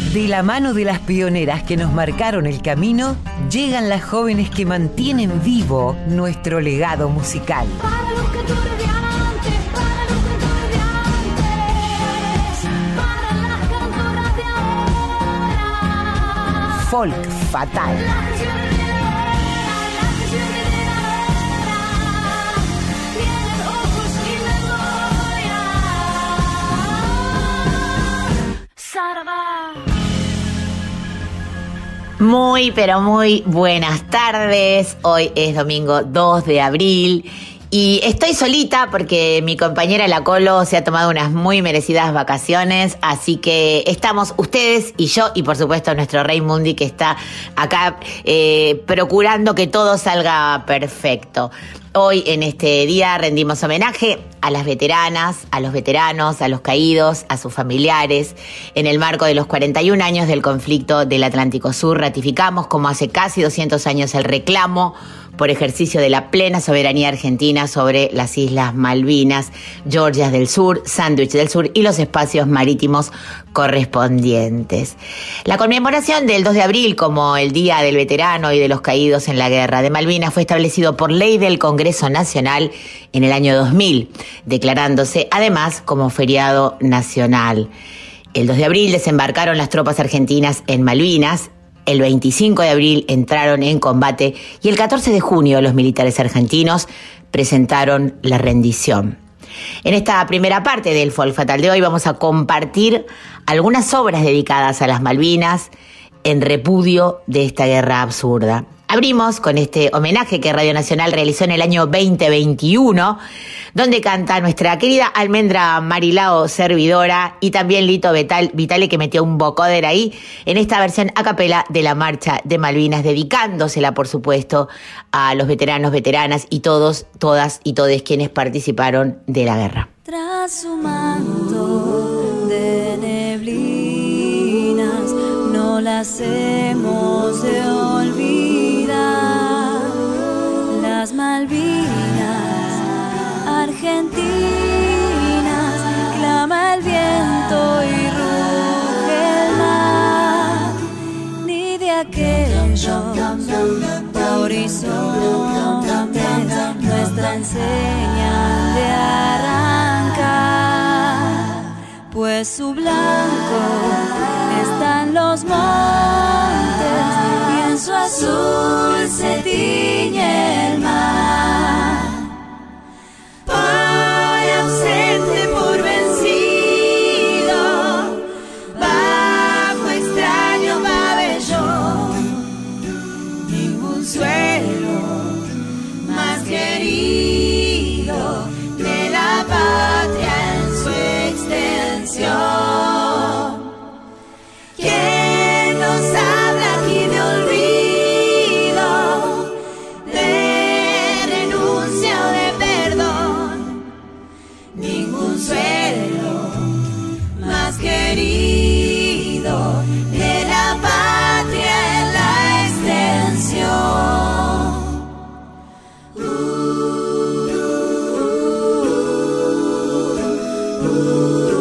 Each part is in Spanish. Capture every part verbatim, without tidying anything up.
De la mano de las pioneras que nos marcaron el camino, llegan las jóvenes que mantienen vivo nuestro legado musical. Para los cantores de antes, para los cantores de antes, para las cantoras de ahora. Folk Fatal. La canción heredera, la canción heredera, tienen ojos y memoria. Sarabá. Muy, pero muy buenas tardes. Hoy es domingo dos de abril y estoy solita porque mi compañera La Colo se ha tomado unas muy merecidas vacaciones, así que estamos ustedes y yo y por supuesto nuestro Rey Mundi que está acá eh, procurando que todo salga perfecto. Hoy en este día rendimos homenaje a las veteranas, a los veteranos, a los caídos, a sus familiares. En el marco de los cuarenta y un años del conflicto del Atlántico Sur, ratificamos como hace casi doscientos años el reclamo por ejercicio de la plena soberanía argentina sobre las Islas Malvinas, Georgias del Sur, Sándwich del Sur y los espacios marítimos correspondientes. La conmemoración del dos de abril como el Día del Veterano y de los Caídos en la Guerra de Malvinas fue establecido por ley del Congreso Nacional en el año dos mil, declarándose además como feriado nacional. El dos de abril desembarcaron las tropas argentinas en Malvinas. El veinticinco de abril entraron en combate y el catorce de junio los militares argentinos presentaron la rendición. En esta primera parte del Folk Fatal de hoy vamos a compartir algunas obras dedicadas a las Malvinas en repudio de esta guerra absurda. Abrimos con este homenaje que Radio Nacional realizó en el año veinte veintiuno, donde canta nuestra querida Almendra Marilao Servidora y también Lito Vital, Vitale, que metió un vocoder ahí en esta versión a capela de la Marcha de Malvinas, dedicándosela, por supuesto, a los veteranos, veteranas y todos, todas y todes quienes participaron de la guerra. Tras su manto de neblinas, no las hemos de olvidar. Las Malvinas argentinas, clama el viento y ruge el mar, ni de aquellos horizontes nuestra enseñan de arrancar, pues su blanco están los montes y en su azul se tiñe el mar. Hoy ausente por vencido, bajo extraño pabellón, ningún suelo más querido de la patria en su extensión. ¿Quién nos habla aquí de olvido, de renuncia o de perdón? Ningún suelo más querido de la patria en la extensión. Uh, uh, uh.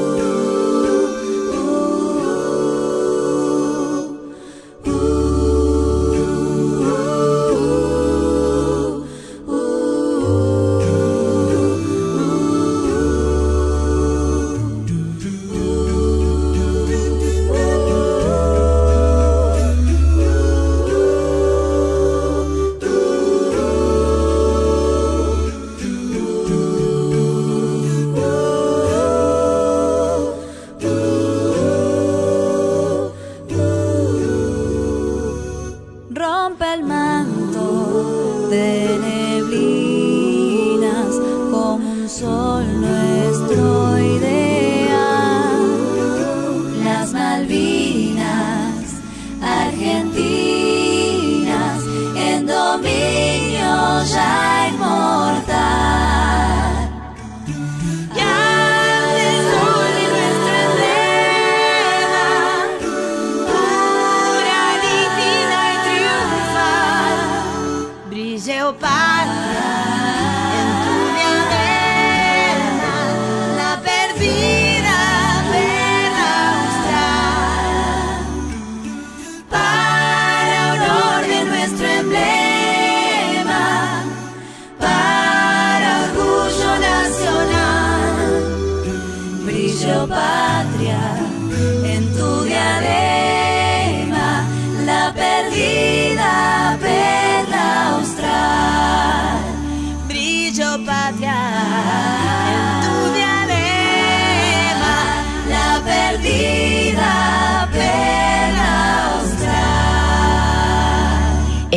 Rompe el manto de neblinas como un sol nuestro ideal. Las Malvinas argentinas en dominio ya inmortal. Ya el sol y nuestra escena, pura, nítida y triunfal, brille opaca en tu diadema, la perdida perla austral.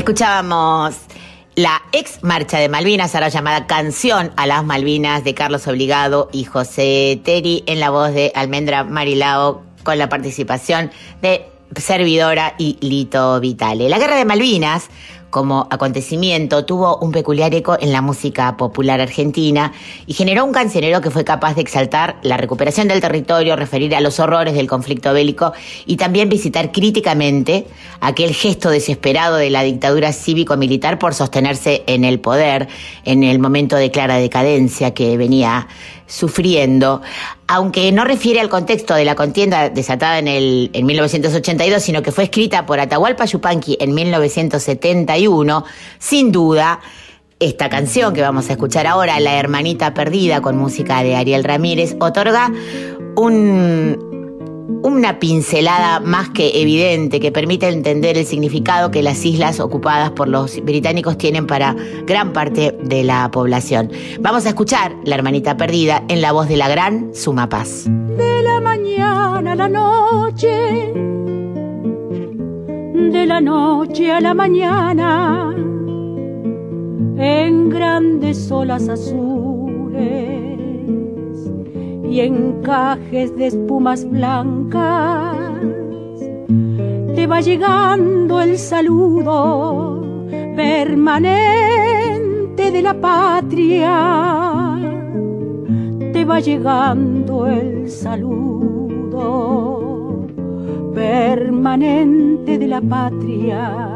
Escuchábamos la ex marcha de Malvinas, ahora llamada Canción a las Malvinas, de Carlos Obligado y José Teri, en la voz de Almendra Marilao, con la participación de Servidora y Lito Vitale. La Guerra de Malvinas, como acontecimiento, tuvo un peculiar eco en la música popular argentina y generó un cancionero que fue capaz de exaltar la recuperación del territorio, referir a los horrores del conflicto bélico y también visitar críticamente aquel gesto desesperado de la dictadura cívico-militar por sostenerse en el poder en el momento de clara decadencia que venía sufriendo, aunque no refiere al contexto de la contienda desatada en, el, en mil novecientos ochenta y dos, sino que fue escrita por Atahualpa Yupanqui en mil novecientos setenta y uno, sin duda, esta canción que vamos a escuchar ahora, La Hermanita Perdida, con música de Ariel Ramírez, otorga un... una pincelada más que evidente que permite entender el significado que las islas ocupadas por los británicos tienen para gran parte de la población. Vamos a escuchar La Hermanita Perdida en la voz de la gran Suma Paz. De la mañana a la noche, de la noche a la mañana, en grandes olas azules y encajes de espumas blancas, te va llegando el saludo permanente de la patria, te va llegando el saludo permanente de la patria.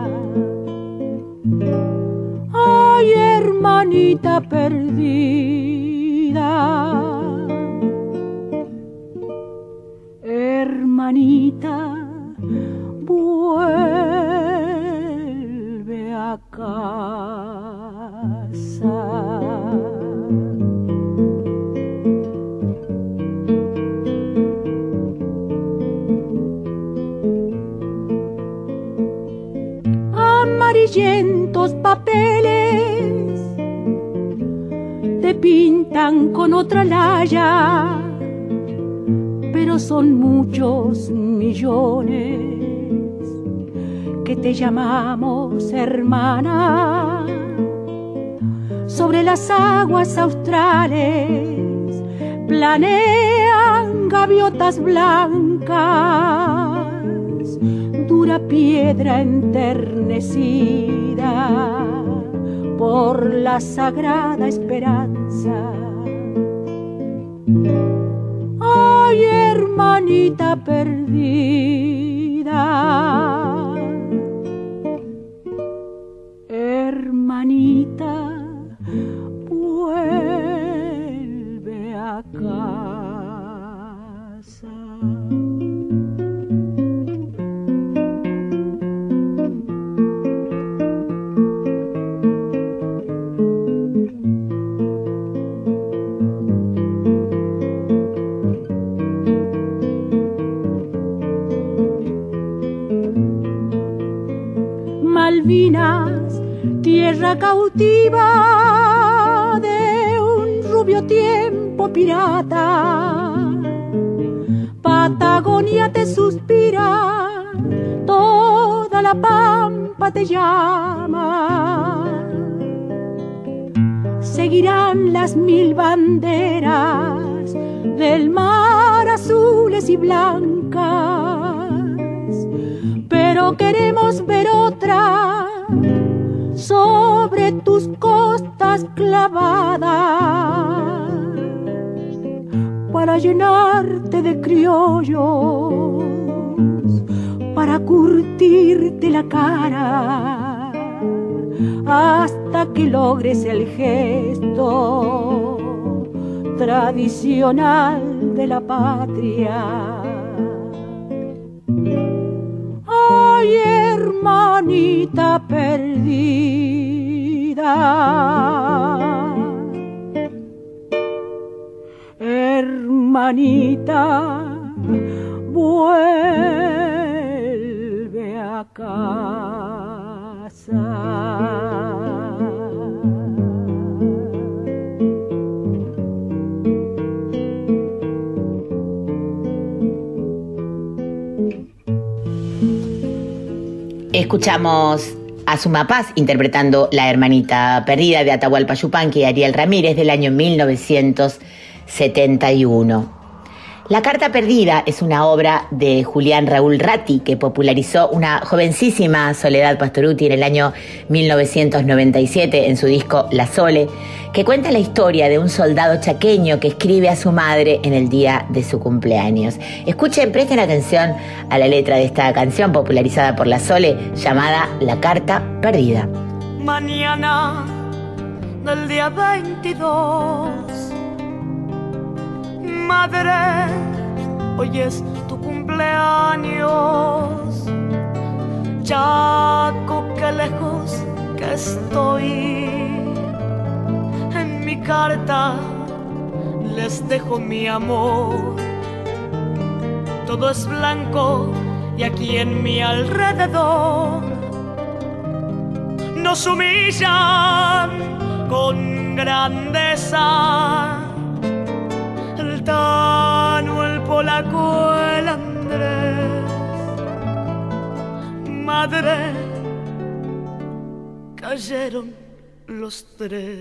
Ay, hermanita perdida, hermanita, vuelve a casa. Amarillentos papeles te pintan con otra laya, pero son muchos millones que te llamamos hermana. Sobre las aguas australes planean gaviotas blancas, dura piedra enternecida por la sagrada esperanza. Ay, hermanita perdida, hermanita, vuelve a casa. Malvinas, tierra cautiva de un rubio tiempo pirata, Patagonia te suspira, toda la pampa te llama. Seguirán las mil banderas del mar azules y blancas, pero queremos ver otra sobre tus costas clavadas, para llenarte de criollos, para curtirte la cara, hasta que logres el gesto tradicional de la patria. Ay, hermanita perdida, hermanita, vuelve a casa. Escuchamos Azumapaz, interpretando La hermanita perdida de Atahualpa Yupanqui y Ariel Ramírez del año mil novecientos setenta y uno. La carta perdida es una obra de Julián Raúl Ratti que popularizó una jovencísima Soledad Pastorutti en el año mil novecientos noventa y siete en su disco La Sole, que cuenta la historia de un soldado chaqueño que escribe a su madre en el día de su cumpleaños. Escuchen, presten atención a la letra de esta canción popularizada por La Sole llamada La carta perdida. Mañana del día veintidós, madre, hoy es tu cumpleaños. Chaco, qué lejos que estoy. En mi carta les dejo mi amor. Todo es blanco y aquí en mi alrededor nos humillan con grandeza. El Tano, el Polaco, el Andrés. Madre, cayeron los tres.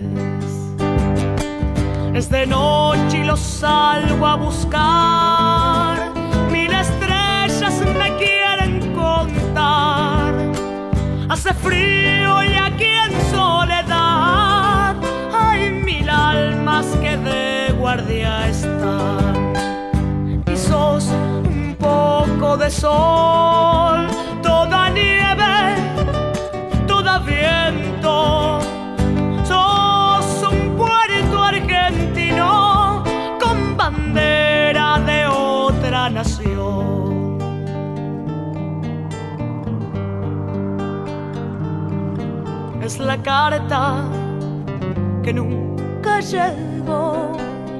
Es de noche y los salgo a buscar. Mil estrellas me quieren contar. Hace frío y aquí en soledad hay mil almas que de guardia están. Y sos un poco de sol, toda nieve, toda viento. Sos un puerto argentino con bandera de otra nación. Es la carta que nunca llegó,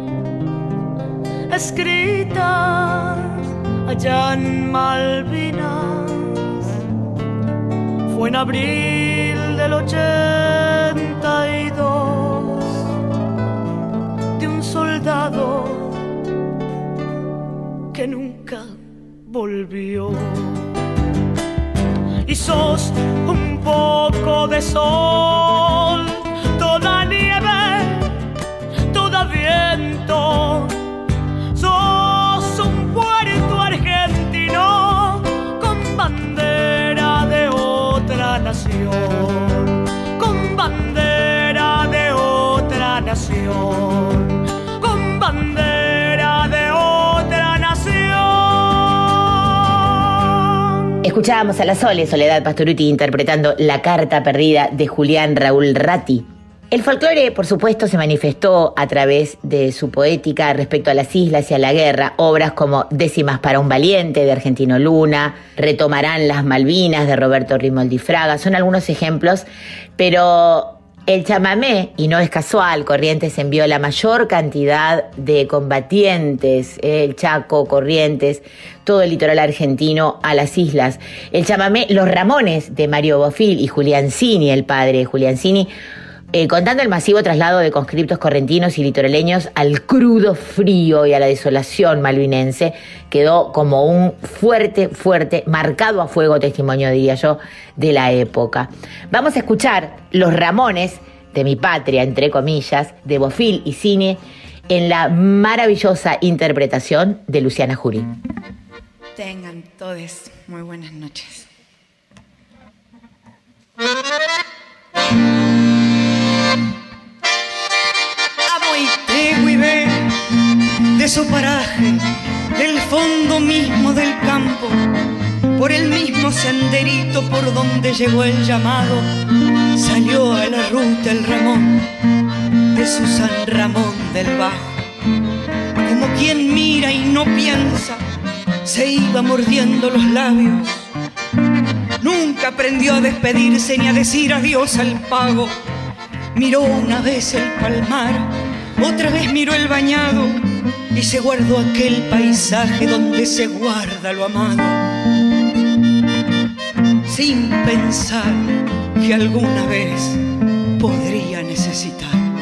escrita allá en Malvinas. Fue en abril del ochenta y dos, de un soldado que nunca volvió. Y sos un poco de sol, toda nieve, toda viento. Sos un puerto argentino con bandera de otra nación, con bandera de otra nación, con bandera de otra nación. Escuchábamos a La Sole, Soledad Pastorutti, interpretando La carta perdida de Julián Raúl Ratti. El folclore, por supuesto, se manifestó a través de su poética respecto a las islas y a la guerra. Obras como Décimas para un valiente, de Argentino Luna, Retomarán las Malvinas, de Roberto Rimoldi Fraga, son algunos ejemplos, pero el chamamé, y no es casual, Corrientes envió la mayor cantidad de combatientes, el Chaco, Corrientes, todo el litoral argentino a las islas. El chamamé Los Ramones, de Mario Bofill y Julián Cini, el padre de Julián Cini, Eh, contando el masivo traslado de conscriptos correntinos y litoraleños al crudo frío y a la desolación malvinense, quedó como un fuerte, fuerte, marcado a fuego testimonio, diría yo, de la época. Vamos a escuchar Los Ramones, de mi patria, entre comillas, de Bofill y Cini, en la maravillosa interpretación de Luciana Jury. Tengan todos muy buenas noches. Y ve de su paraje, del fondo mismo del campo, por el mismo senderito por donde llegó el llamado, salió a la ruta el Ramón de su San Ramón del Bajo. Como quien mira y no piensa, se iba mordiendo los labios. Nunca aprendió a despedirse ni a decir adiós al pago. Miró una vez el palmar, otra vez miró el bañado y se guardó aquel paisaje donde se guarda lo amado, sin pensar que alguna vez podría necesitarlo.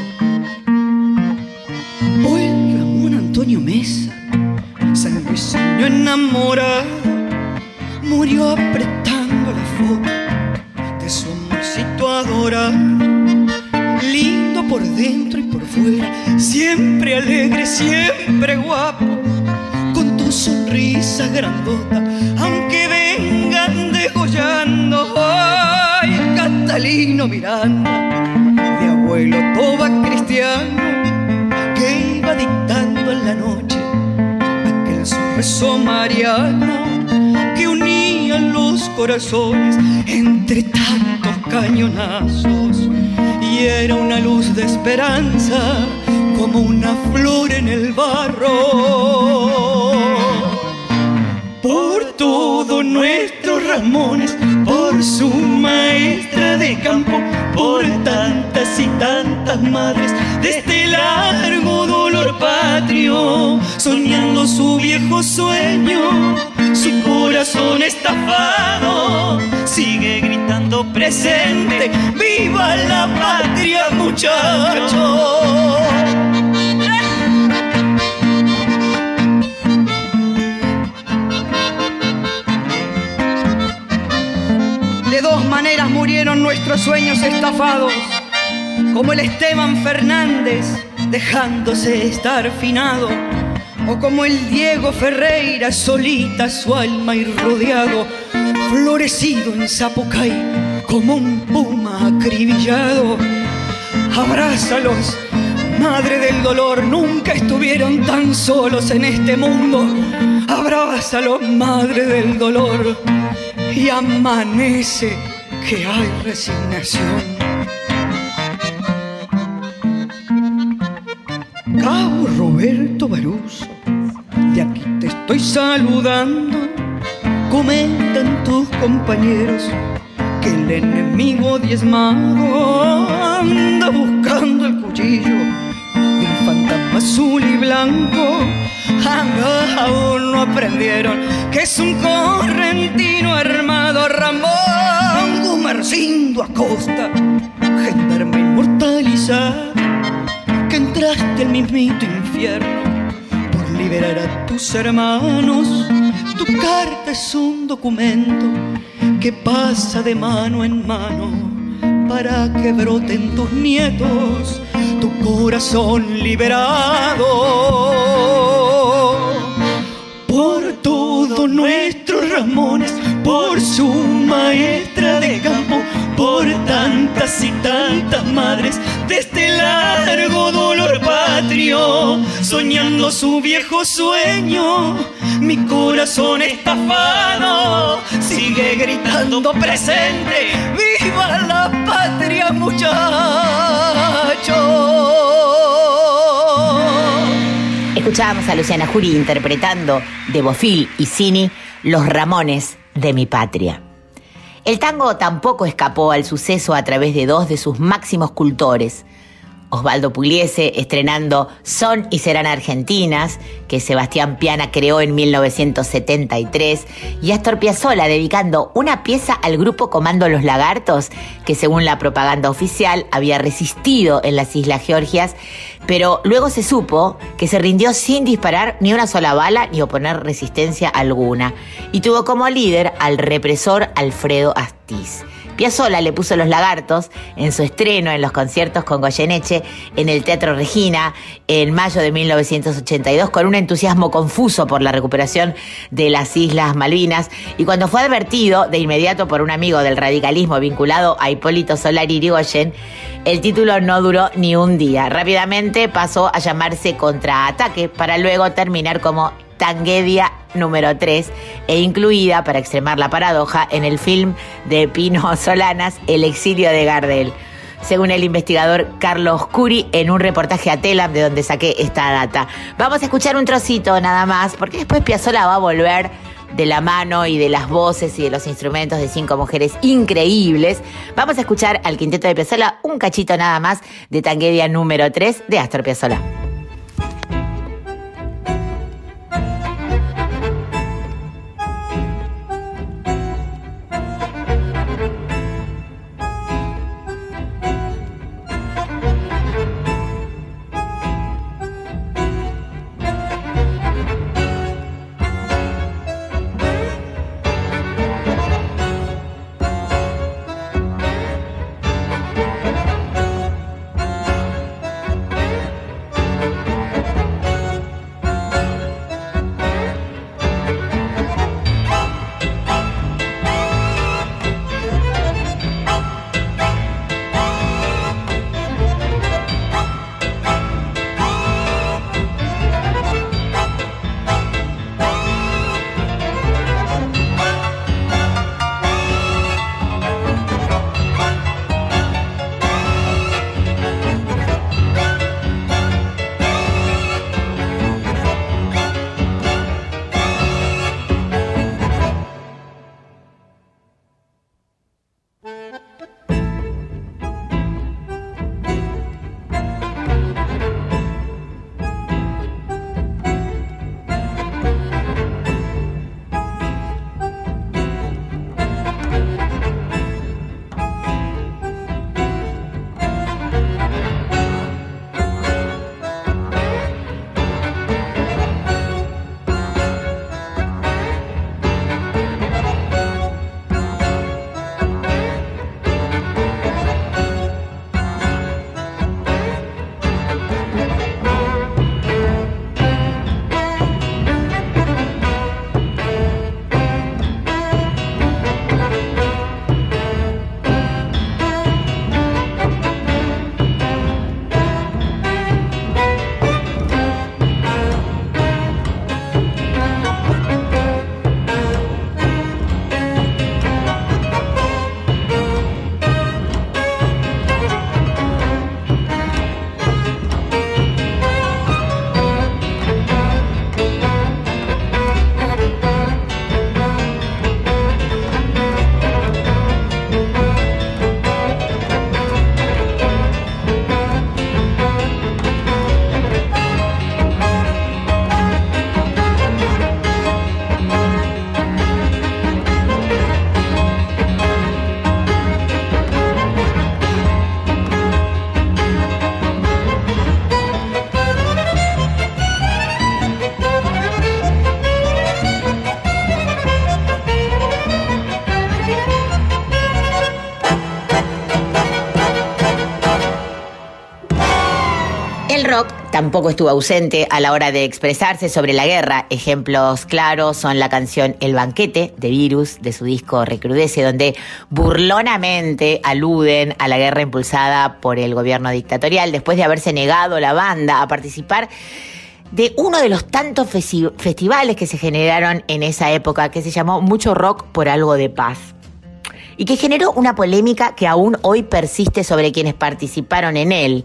Hoy el Ramón Antonio Mesa, sanluiseño enamorado, murió apretando la foto de su amor tu adorar. Lindo por dentro y por fuera, siempre alegre, siempre guapo, con tu sonrisa grandota, aunque vengan degollando. Ay, Catalino Miranda, de abuelo Toba cristiano, que iba dictando en la noche aquel su rezo mariano que unía los corazones entre tantos cañonazos. Y era una luz de esperanza como una flor en el barro. Por todos nuestros Ramones, por su maestra de campo, por tantas y tantas madres de este largo dolor patrio, soñando su viejo sueño, su corazón estafado sigue gritando presente: ¡viva la patria, muchachos! De dos maneras murieron nuestros sueños estafados, como el Esteban Fernández dejándose estar finado, o como el Diego Ferreira solita su alma y rodeado, florecido en Zapucay como un puma acribillado. Abrázalos, madre del dolor, nunca estuvieron tan solos en este mundo. Abrázalos, madre del dolor, y amanece que hay resignación. Cabo Roberto Baruso, de aquí te estoy saludando. Comentan tus compañeros que el enemigo diezmado anda buscando el cuchillo de un fantasma azul y blanco. Ah, aún no aprendieron que es un correntino armado, Ramón Gumercindo Acosta, gendarme inmortalizado, que entraste al mismito infierno por liberar a tus hermanos. Tu carta es un documento que pasa de mano en mano para que broten tus nietos, tu corazón liberado. Por todos nuestros Ramones, por su maestra de campo, por tantas y tantas madres de este largo dolor patrio, soñando su viejo sueño, mi corazón estafado sigue gritando presente: ¡viva la patria, muchachos! Escuchábamos a Luciana Jury interpretando de Bofill y Cini Los Ramones de mi patria. El tango tampoco escapó al suceso a través de dos de sus máximos cultores: Osvaldo Pugliese estrenando Son y Serán Argentinas, que Sebastián Piana creó en mil novecientos setenta y tres, y Astor Piazzolla dedicando una pieza al grupo Comando Los Lagartos, que según la propaganda oficial había resistido en las Islas Georgias, pero luego se supo que se rindió sin disparar ni una sola bala ni oponer resistencia alguna, y tuvo como líder al represor Alfredo Astiz. Piazzolla le puso Los Lagartos en su estreno en los conciertos con Goyeneche en el Teatro Regina en mayo de mil novecientos ochenta y dos, con un entusiasmo confuso por la recuperación de las Islas Malvinas, y cuando fue advertido de inmediato por un amigo del radicalismo vinculado a Hipólito Solari Yrigoyen, el título no duró ni un día. Rápidamente pasó a llamarse Contraataque, para luego terminar como Tanguedia número tres, e incluida, para extremar la paradoja, en el film de Pino Solanas, El exilio de Gardel, según el investigador Carlos Curi en un reportaje a Telam, de donde saqué esta data. Vamos a escuchar un trocito nada más, porque después Piazzolla va a volver de la mano y de las voces y de los instrumentos de cinco mujeres increíbles. Vamos a escuchar al quinteto de Piazzolla un cachito nada más de Tanguedia número tres de Astor Piazzolla. rock tampoco estuvo ausente a la hora de expresarse sobre la guerra. Ejemplos claros son la canción El Banquete de Virus, de su disco Recrudece, donde burlonamente aluden a la guerra impulsada por el gobierno dictatorial, después de haberse negado la banda a participar de uno de los tantos festi- festivales que se generaron en esa época, que se llamó Mucho Rock por Algo de Paz, y que generó una polémica que aún hoy persiste sobre quienes participaron en él.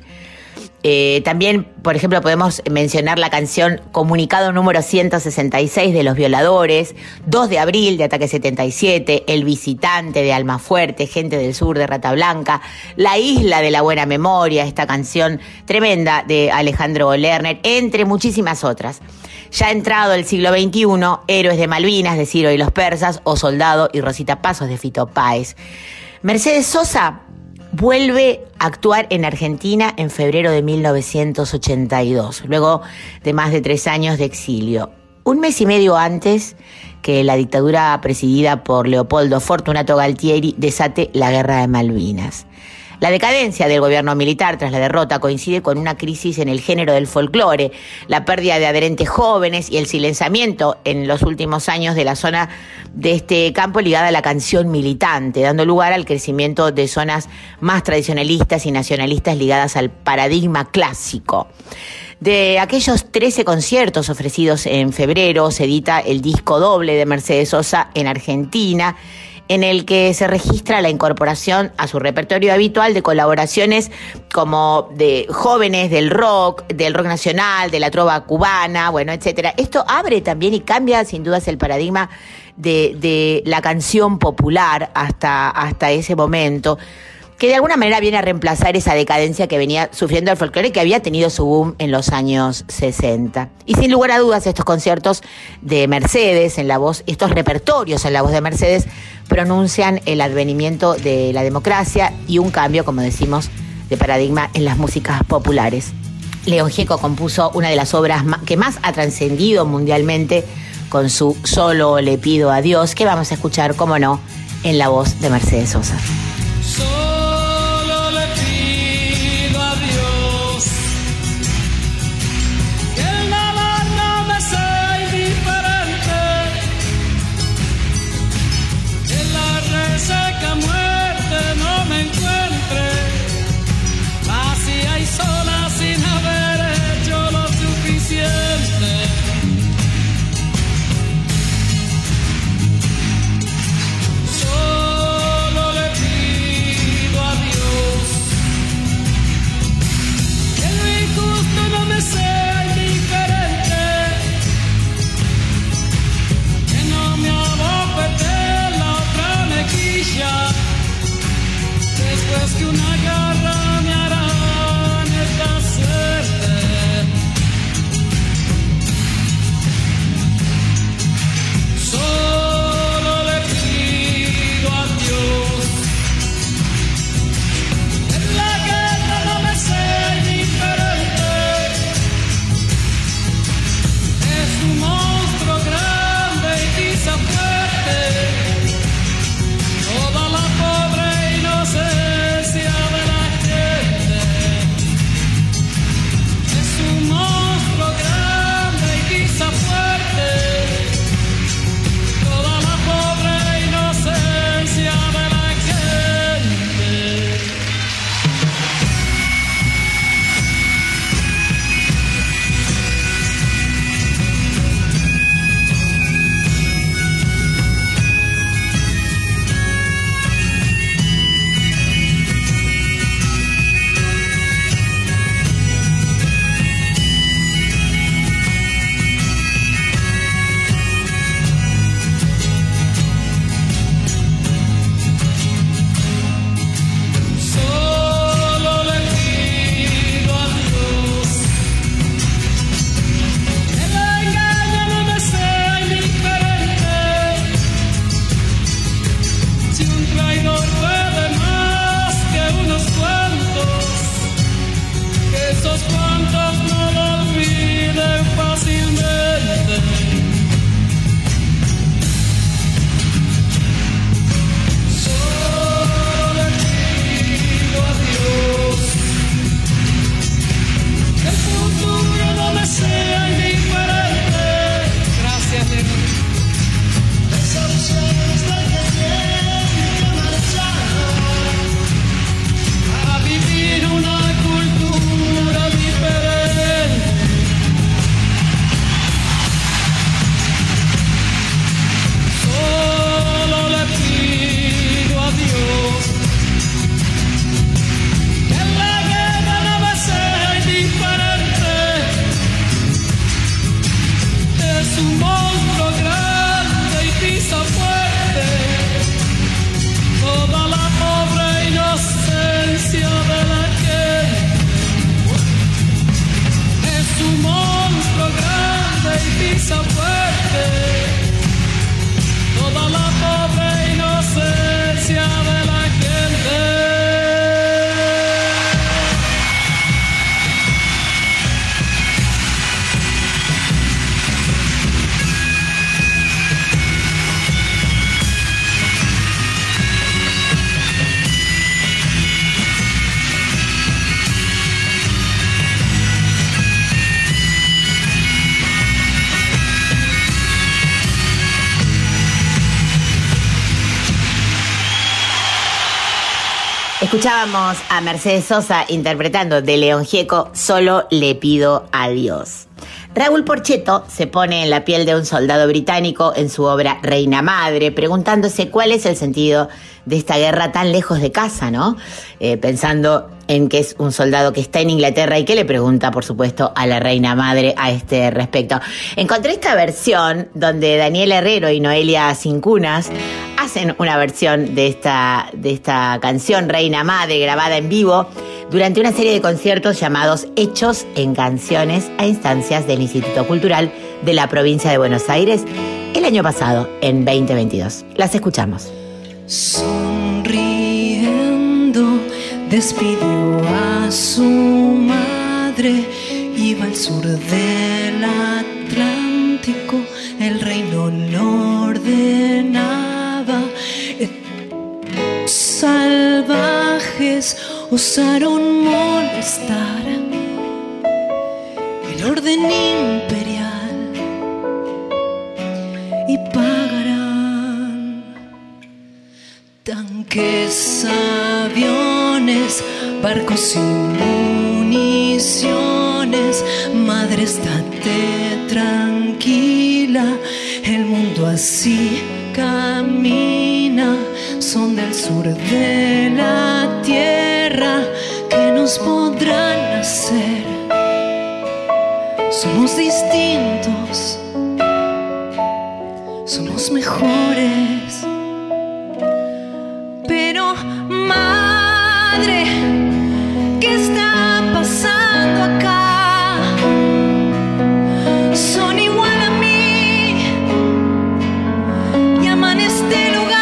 Eh, también, por ejemplo, podemos mencionar la canción Comunicado número ciento sesenta y seis de Los Violadores, dos de abril de Ataque setenta y siete, El Visitante de Almafuerte, Gente del Sur de Rata Blanca, La Isla de la Buena Memoria, esta canción tremenda de Alejandro Lerner, entre muchísimas otras. Ya entrado el siglo veintiuno, Héroes de Malvinas de Ciro y los Persas, o Soldado y Rosita Pasos de Fito Páez. Mercedes Sosa vuelve a actuar en Argentina en febrero de mil novecientos ochenta y dos, luego de más de tres años de exilio. Un mes y medio antes que la dictadura presidida por Leopoldo Fortunato Galtieri desate la Guerra de Malvinas. La decadencia del gobierno militar tras la derrota coincide con una crisis en el género del folclore, la pérdida de adherentes jóvenes y el silenciamiento en los últimos años de la zona de este campo ligada a la canción militante, dando lugar al crecimiento de zonas más tradicionalistas y nacionalistas ligadas al paradigma clásico. De aquellos trece conciertos ofrecidos en febrero, se edita el disco doble de Mercedes Sosa en Argentina, en el que se registra la incorporación a su repertorio habitual de colaboraciones como de jóvenes del rock, del rock nacional, de la trova cubana, bueno, etcétera. Esto abre también y cambia sin dudas el paradigma de, de la canción popular hasta, hasta ese momento, que de alguna manera viene a reemplazar esa decadencia que venía sufriendo el folclore, que había tenido su boom en los años sesenta. Y sin lugar a dudas, estos conciertos de Mercedes en la voz, estos repertorios en la voz de Mercedes, pronuncian el advenimiento de la democracia y un cambio, como decimos, de paradigma en las músicas populares. León Gieco compuso una de las obras que más ha trascendido mundialmente con su Solo le pido a Dios, que vamos a escuchar, como no, en la voz de Mercedes Sosa. Solo le pido a Dios que el dolor no me sea indiferente, que la reseca muerte no me encuentre vacía y sola sin haber hecho lo suficiente. Solo le pido Escuchábamos a Mercedes Sosa interpretando de León Gieco, Solo le pido a Dios. Raúl Porchetto se pone en la piel de un soldado británico en su obra Reina Madre, preguntándose cuál es el sentido de esta guerra tan lejos de casa, ¿no? Eh, pensando en que es un soldado que está en Inglaterra y que le pregunta, por supuesto, a la Reina Madre a este respecto. Encontré esta versión donde Daniel Herrero y Noelia Cincunas hacen una versión de esta, de esta canción Reina Madre grabada en vivo durante una serie de conciertos llamados Hechos en Canciones a instancias del Instituto Cultural de la provincia de Buenos Aires el año pasado, en veinte veintidós. Las escuchamos. Sonriendo despidió a su madre, iba al sur del Atlántico, el reino lo ordenaba. Salvajes osaron molestar el orden imperial y pagarán tanques, aviones, barcos y municiones. Madre, estate tranquila, el mundo así camina. Son del sur de la tierra, que nos podrán hacer. Somos distintos, somos mejores. Pero madre, ¿qué está pasando acá? Son igual a mí, llaman este lugar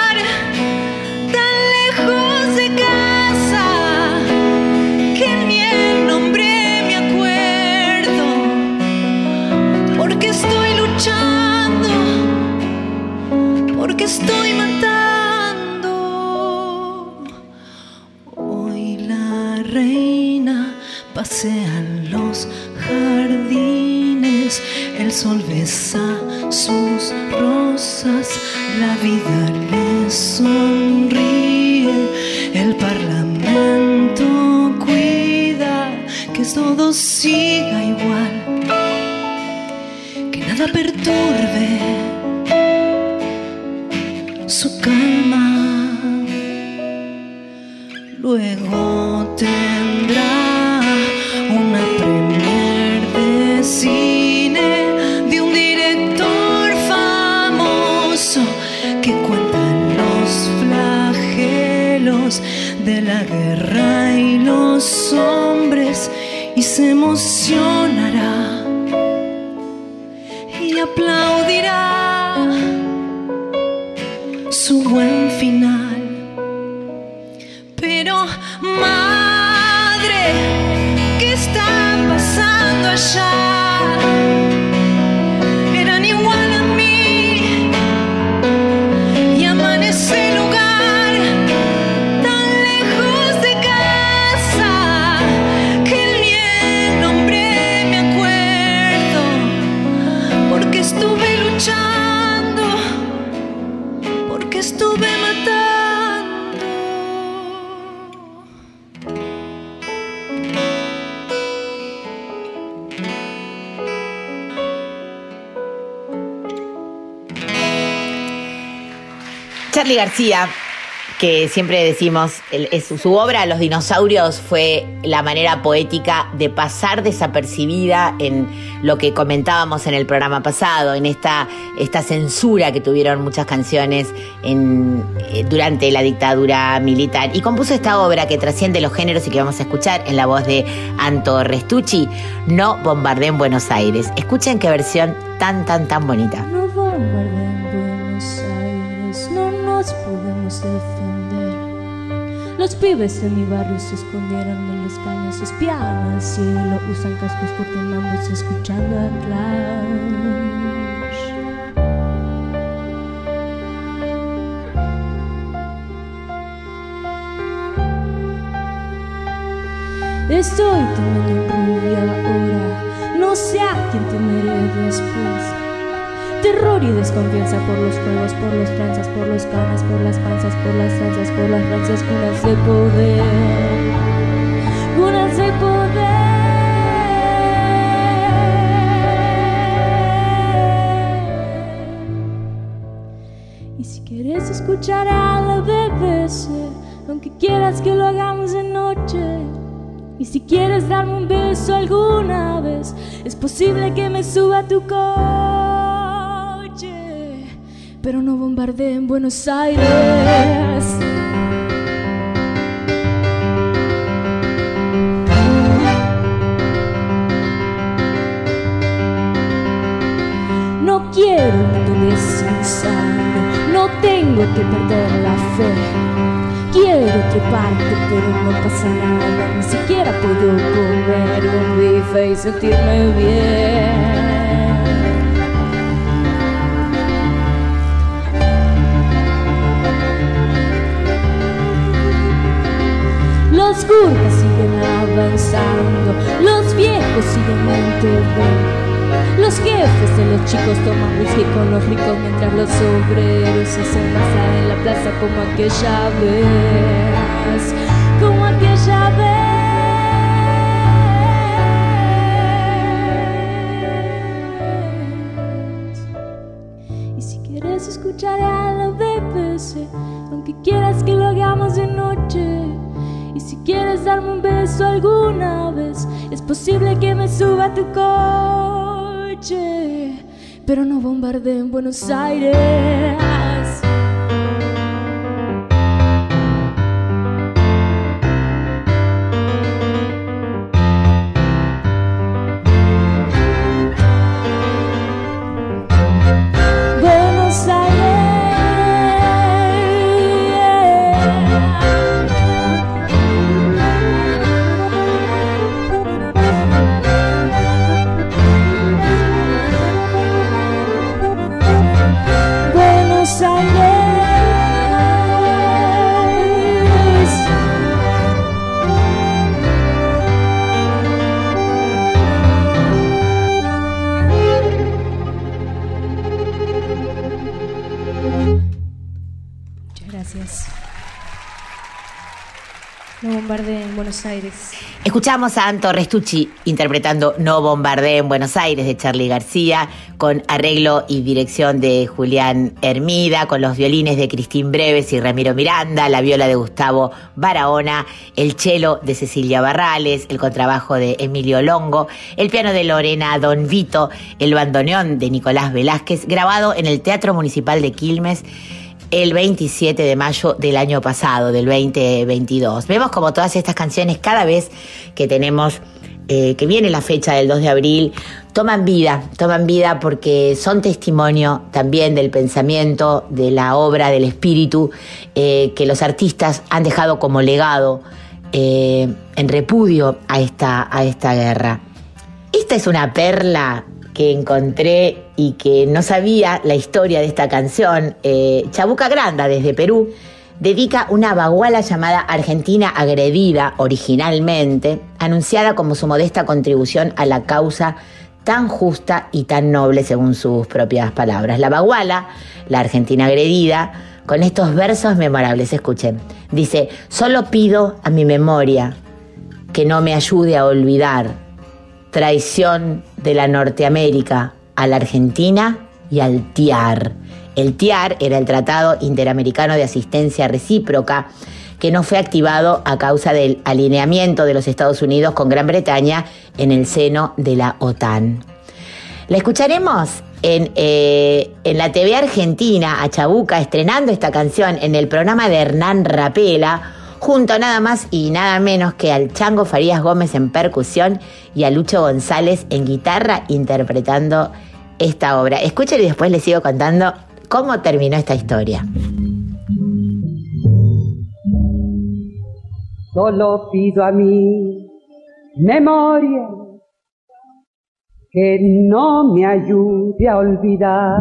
tan lejos de casa que ni el nombre me acuerdo, porque estoy luchando, porque estoy matando. Hoy la reina pasea en los jardines, el sol besa sus rosas, la vida le sonríe, el parlamento cuida que todo siga igual, que nada perturbe su calma. Luego tendrá una premier de cine de un director famoso que cuenta los flagelos de la guerra y los hombres, y se emocionará y aplaudirá su buen final. Pero madre, ¿qué está pasando allá? Eran igual a mí, llaman ese lugar tan lejos de casa que ni el nombre me acuerdo, porque estuve luchando, porque estuve matando. Charly García, que siempre decimos, el, es, su obra Los dinosaurios fue la manera poética de pasar desapercibida en lo que comentábamos en el programa pasado, en esta, esta censura que tuvieron muchas canciones en, eh, durante la dictadura militar. Y compuso esta obra que trasciende los géneros y que vamos a escuchar en la voz de Anto Restucci, No bombardeen Buenos Aires. Escuchen qué versión tan, tan, tan bonita. No bombardeen Buenos Aires, no nos podemos defender. Los pibes de mi barrio se escondieron en los caños, espiaban al cielo, usan cascos cortinambos escuchando a Clash. Estoy tomando rubia ahora, no sé a quién temeré después. Terror y desconfianza por los juegos, por los tranzas, por los canas, por las panzas, por las tranzas, por las rancias cunas de poder, cunas de poder. Y si quieres escuchar a la B B C, aunque quieras que lo hagamos de noche, y si quieres darme un beso alguna vez, es posible que me suba a tu coche, pero no bombardeen Buenos Aires. No quiero un mundo descansando, no tengo que perder la fe. Quiero treparte, pero no pasa nada, ni siquiera puedo comer un bife y sentirme bien. Los gurkas siguen avanzando, los viejos siguen enterrando. Los jefes de los chicos toman whisky con los ricos mientras los obreros hacen masa en la plaza como aquella vez, como aquella vez. Y si quieres escuchar a la B B C, aunque quieras que lo hagamos de noche, y si quieres darme un beso alguna vez, es posible que me suba a tu coche, pero no bombardeen Buenos Aires. Buenos Aires. Buenos Aires. Muchas gracias. No bombardeen Buenos Aires. Escuchamos a Anto Restucci interpretando No bombardee en Buenos Aires de Charly García, con arreglo y dirección de Julián Hermida, con los violines de Cristín Breves y Ramiro Miranda, la viola de Gustavo Barahona, el cello de Cecilia Barrales, el contrabajo de Emilio Longo, el piano de Lorena Don Vito, el bandoneón de Nicolás Velázquez, grabado en el Teatro Municipal de Quilmes el veintisiete de mayo del año pasado, del veinte veintidós. Vemos como todas estas canciones, cada vez que tenemos, eh, que viene la fecha del dos de abril, toman vida, toman vida porque son testimonio también del pensamiento, de la obra, del espíritu eh, que los artistas han dejado como legado eh, en repudio a esta, a esta guerra. Esta es una perla que encontré y que no sabía la historia de esta canción. eh, Chabuca Granda, desde Perú, dedica una baguala llamada Argentina Agredida, originalmente, anunciada como su modesta contribución a la causa tan justa y tan noble, según sus propias palabras. La baguala, la Argentina Agredida, con estos versos memorables, escuchen. Dice: solo pido a mi memoria que no me ayude a olvidar traición de la Norteamérica a la Argentina y al T I A R. El T I A R era el Tratado Interamericano de Asistencia Recíproca, que no fue activado a causa del alineamiento de los Estados Unidos con Gran Bretaña en el seno de la OTAN. La escucharemos en, eh, en la T V Argentina, a Chabuca, estrenando esta canción en el programa de Hernán Rapela, junto a nada más y nada menos que al Chango Farías Gómez en percusión y a Lucho González en guitarra interpretando esta obra. Escuchen y después les sigo contando cómo terminó esta historia. Solo pido a mi memoria que no me ayude a olvidar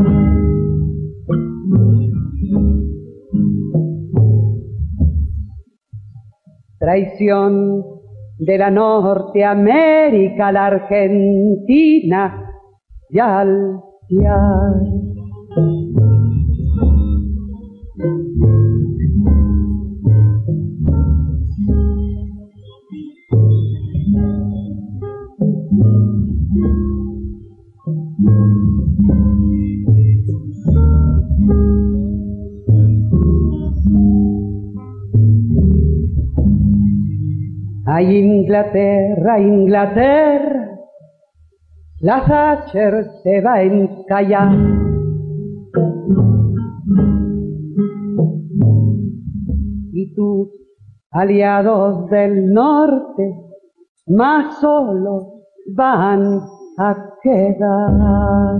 traición de la Norteamérica a la Argentina y al T I A R. Ay, Inglaterra, Inglaterra, la Thatcher se va a encallar. Y tus aliados del norte más solos van a quedar.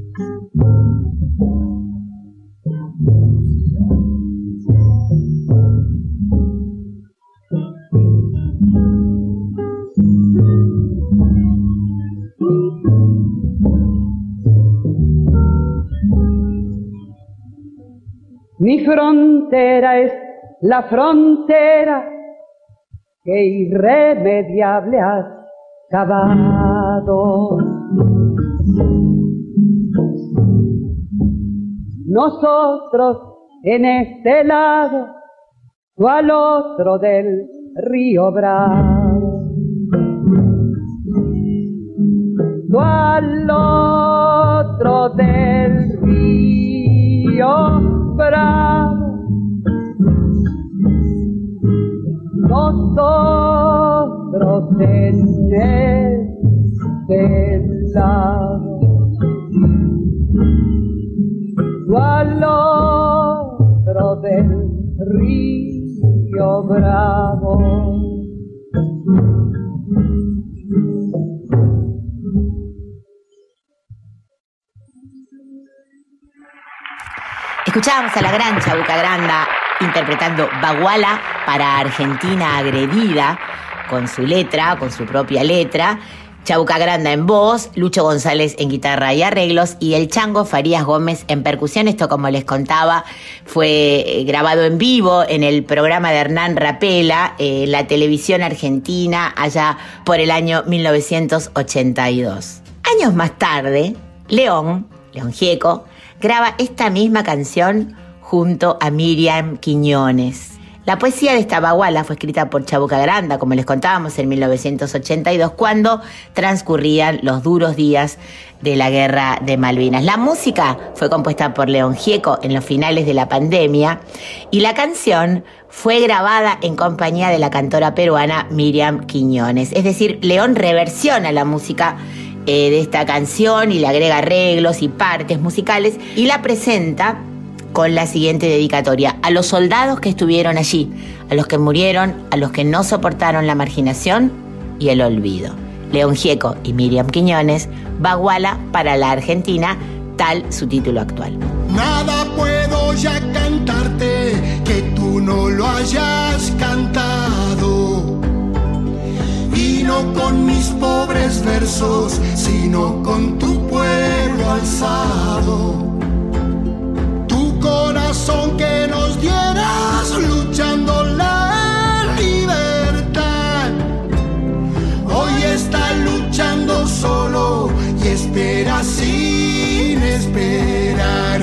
Mi frontera es la frontera que irremediable has cavado. Nosotros en este lado, tú al otro del río Bravo. Tú al otro del río Bravo. Nosotros en este lado, tú al otro del río Bravo. Escuchábamos a la gran Chabuca Granda interpretando Baguala para Argentina agredida, con su letra, con su propia letra. Chabuca Granda en voz, Lucho González en guitarra y arreglos y el Chango Farías Gómez en percusión. Esto, como les contaba, fue grabado en vivo en el programa de Hernán Rapela, eh, la televisión argentina, allá por el año mil novecientos ochenta y dos. Años más tarde, León, León Gieco, graba esta misma canción junto a Miriam Quiñones. La poesía de esta baguala fue escrita por Chabuca Granda, como les contábamos, en mil novecientos ochenta y dos, cuando transcurrían los duros días de la Guerra de Malvinas. La música fue compuesta por León Gieco en los finales de la pandemia y la canción fue grabada en compañía de la cantora peruana Miriam Quiñones. Es decir, León reversiona la música eh, de esta canción y le agrega arreglos y partes musicales y la presenta con la siguiente dedicatoria: a los soldados que estuvieron allí, a los que murieron, a los que no soportaron la marginación y el olvido. León Gieco y Miriam Quiñones, Baguala para la Argentina, tal su título actual. Nada puedo ya cantarte que tú no lo hayas cantado, y no con mis pobres versos, sino con tu pueblo alzado. Corazón que nos dieras luchando la libertad, hoy está luchando solo y espera sin esperar.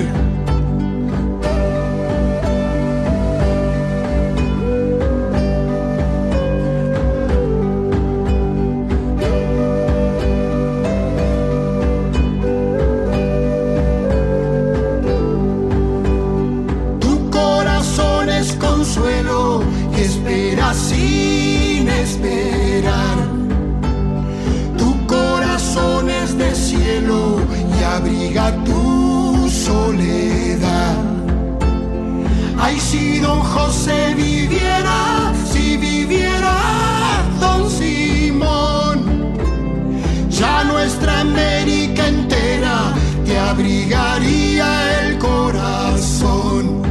Consuelo que espera sin esperar. Tu corazón es de cielo y abriga tu soledad. Ay, si don José viviera, si viviera don Simón, ya nuestra América entera te abrigaría el corazón.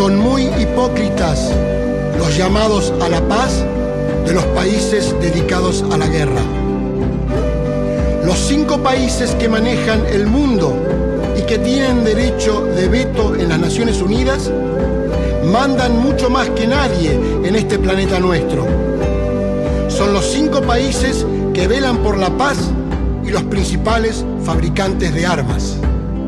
son muy hipócritas los llamados a la paz de los países dedicados a la guerra. Los cinco países que manejan el mundo y que tienen derecho de veto en las Naciones Unidas mandan mucho más que nadie en este planeta nuestro. Son los cinco países que velan por la paz y los principales fabricantes de armas.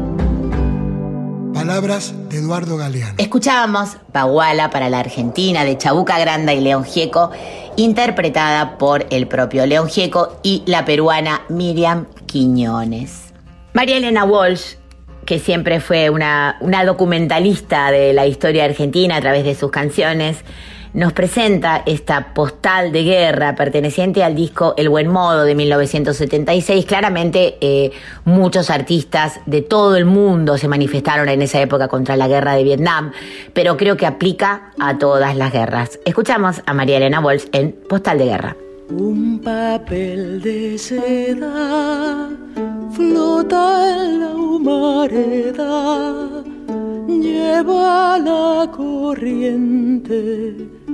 Palabras de Eduardo Galeano. Escuchábamos Baguala para la Argentina de Chabuca Granda y León Gieco, interpretada por el propio León Gieco y la peruana Miriam Quiñones. María Elena Walsh, que siempre fue una, una documentalista de la historia argentina a través de sus canciones, nos presenta esta postal de guerra perteneciente al disco El Buen Modo de mil novecientos setenta y seis. Claramente eh, muchos artistas de todo el mundo se manifestaron en esa época contra la guerra de Vietnam, pero creo que aplica a todas las guerras. Escuchamos a María Elena Walsh en Postal de Guerra. Un papel de seda flota en la humareda, lleva la corriente,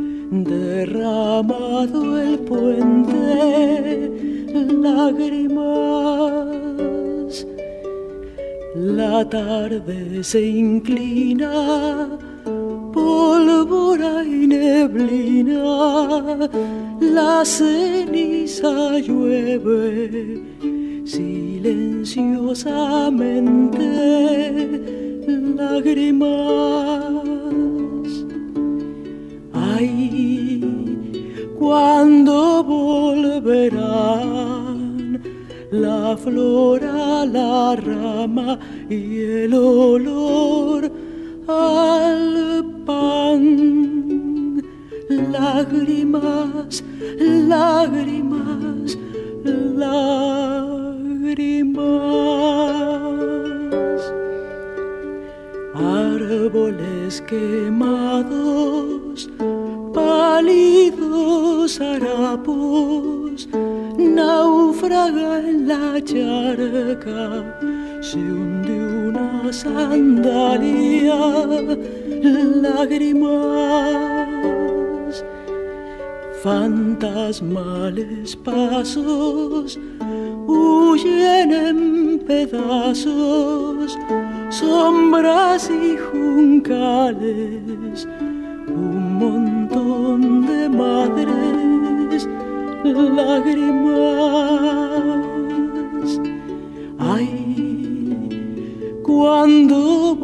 derramado el puente, lágrimas. La tarde se inclina, pólvora y neblina, la ceniza llueve silenciosamente, lágrimas. Ay, ¿cuándo volverán la flor a la rama y el olor al pan? Lágrimas, lágrimas, lágrimas. Árboles quemados, pálidos harapos, náufraga en la charca, se hunde una sandalia, lágrimas. Fantasmales pasos huyen en pedazos, sombras y juncales, un montón de madres, lágrimas. Ay, ¿cuándo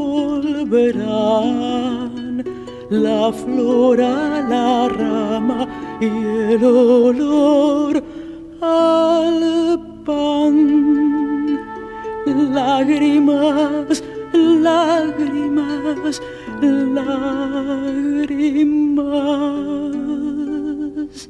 volverán la flor a la rama y el olor al pan? Lágrimas, lágrimas, lágrimas,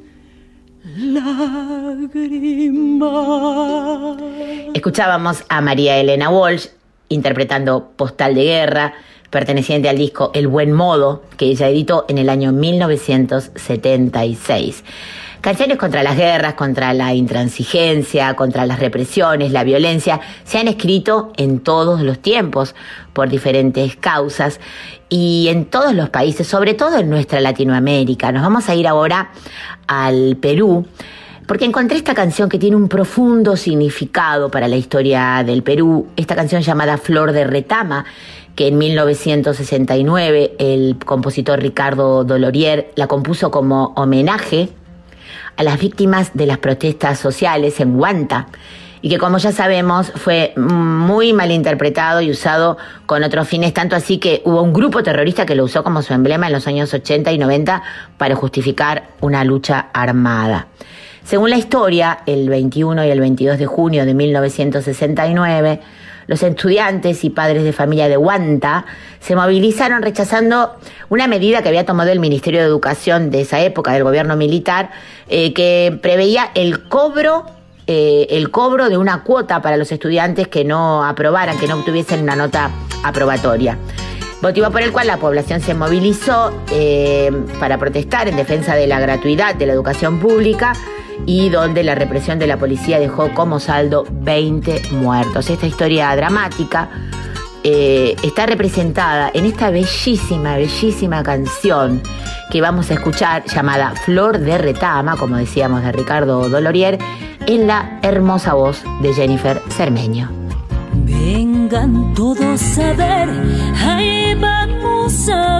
lágrimas. Escuchábamos a María Elena Walsh interpretando Postal de Guerra, perteneciente al disco El Buen Modo, que ella editó en el año mil novecientos setenta y seis. Canciones contra las guerras, contra la intransigencia, contra las represiones, la violencia, se han escrito en todos los tiempos por diferentes causas y en todos los países, sobre todo en nuestra Latinoamérica. Nos vamos a ir ahora al Perú, porque encontré esta canción que tiene un profundo significado para la historia del Perú, esta canción llamada Flor de Retama, que en mil novecientos sesenta y nueve el compositor Ricardo Dolorier la compuso como homenaje a las víctimas de las protestas sociales en Huanta, y que, como ya sabemos, fue muy mal interpretado y usado con otros fines, tanto así que hubo un grupo terrorista que lo usó como su emblema en los años ochenta y noventa para justificar una lucha armada. Según la historia, el veintiuno y el veintidós de junio de mil novecientos sesenta y nueve, los estudiantes y padres de familia de Huanta se movilizaron rechazando una medida que había tomado el Ministerio de Educación de esa época, del gobierno militar, eh, que preveía el cobro, eh, el cobro de una cuota para los estudiantes que no aprobaran, que no obtuviesen una nota aprobatoria. Motivo por el cual la población se movilizó eh, para protestar en defensa de la gratuidad de la educación pública, y donde la represión de la policía dejó como saldo veinte muertos. Esta historia dramática eh, está representada en esta bellísima, bellísima canción que vamos a escuchar, llamada Flor de Retama, como decíamos, de Ricardo Dolorier, en la hermosa voz de Jennifer Cermeño. Vengan todos a ver, ahí vamos a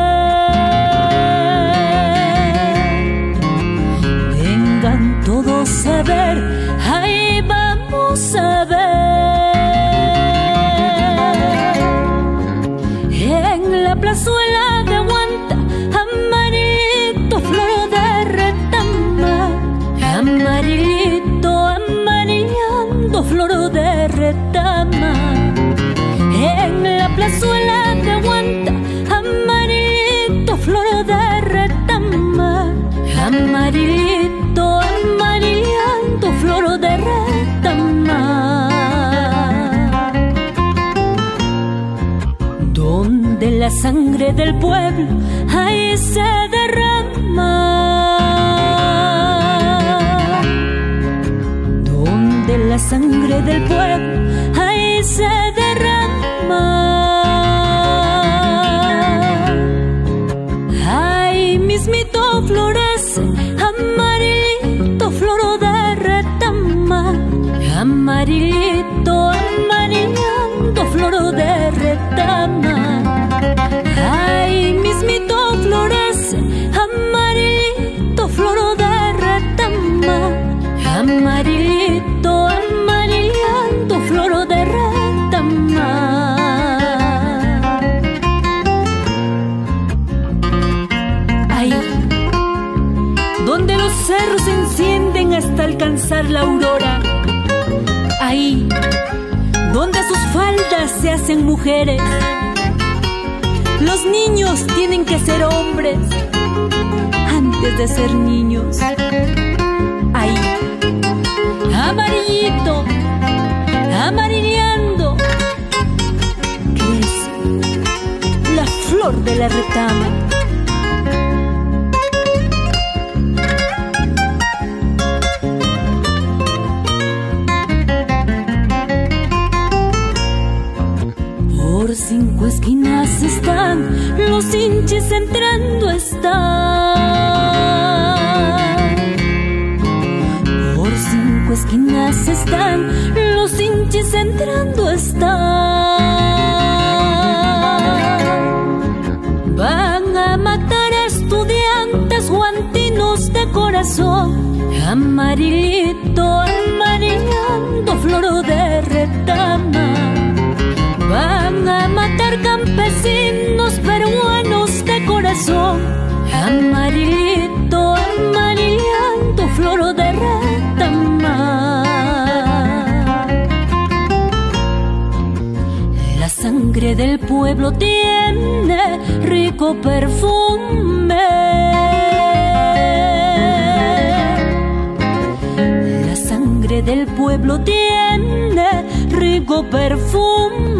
ver. Vengan todos a ver, ahí vamos a ver. En la plazuela de Aguanta, amarillito, flor de retama, amarillito, amarillando, flor de retama. En la plazuela de Aguanta, amarillito, flor de retama, amarillito, amarillando, flor de retama. Donde la sangre del pueblo ahí se derrama, donde la sangre del pueblo ahí se derrama, ahí mismito florece amarillito, flor de retama, amarillito, amarillando, flor de retama, ahí mismito florece amarillito, flor de retama, amarillito, amarillando, flor de retama. Ahí donde los cerros se encienden hasta alcanzar la aurora, ahí donde sus faldas se hacen mujeres, los niños tienen que ser hombres antes de ser niños. Ahí, amarillito, amarillando, crece la flor de la retama. Por cinco esquinas están, los hinches entrando están. Por cinco esquinas están, los hinches entrando están. Van a matar a estudiantes guantinos de corazón, amarillito, amarillando, flor de retama. Van a matar campesinos peruanos de corazón, amarillito, amarillando, flor de retama. La sangre del pueblo tiene rico perfume, la sangre del pueblo tiene rico perfume.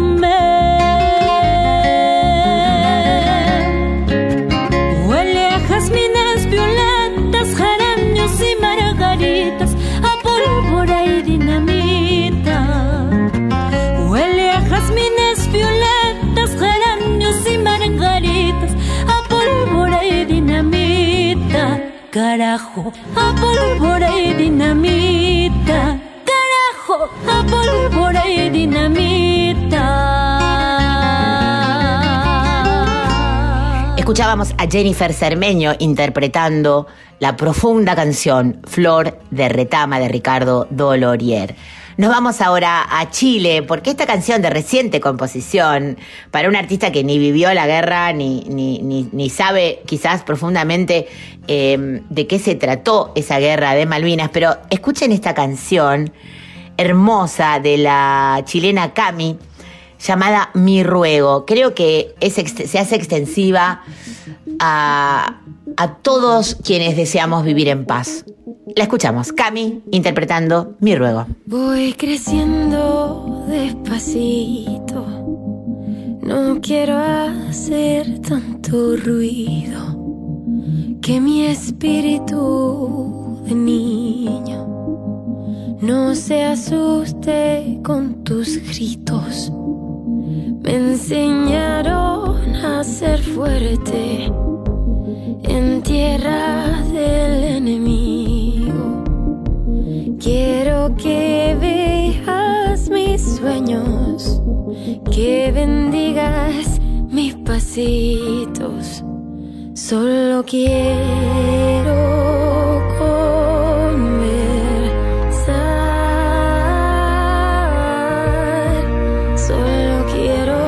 Huele a jazmines, violetas, geranios y margaritas, a pólvora y dinamita. Huele a jazmines, violetas, geranios y margaritas, a pólvora y dinamita. Carajo, a pólvora y dinamita. Carajo, a pólvora y dinamita. Escuchábamos a Jennifer Cermeño interpretando la profunda canción Flor de Retama de Ricardo Dolorier. Nos vamos ahora a Chile, porque esta canción de reciente composición, para un artista que ni vivió la guerra, ni, ni, ni, ni sabe quizás profundamente eh, de qué se trató esa guerra de Malvinas, pero escuchen esta canción hermosa de la chilena Cami, llamada Mi Ruego. Creo que es, se hace extensiva a, a todos quienes deseamos vivir en paz. La escuchamos, Cami interpretando Mi Ruego. Voy creciendo despacito, no quiero hacer tanto ruido, que mi espíritu de niño no se asuste con tus gritos. me enseñaron a ser fuerte en tierra del enemigo. Quiero que veas mis sueños, que bendigas mis pasitos. Solo quiero conversar, solo quiero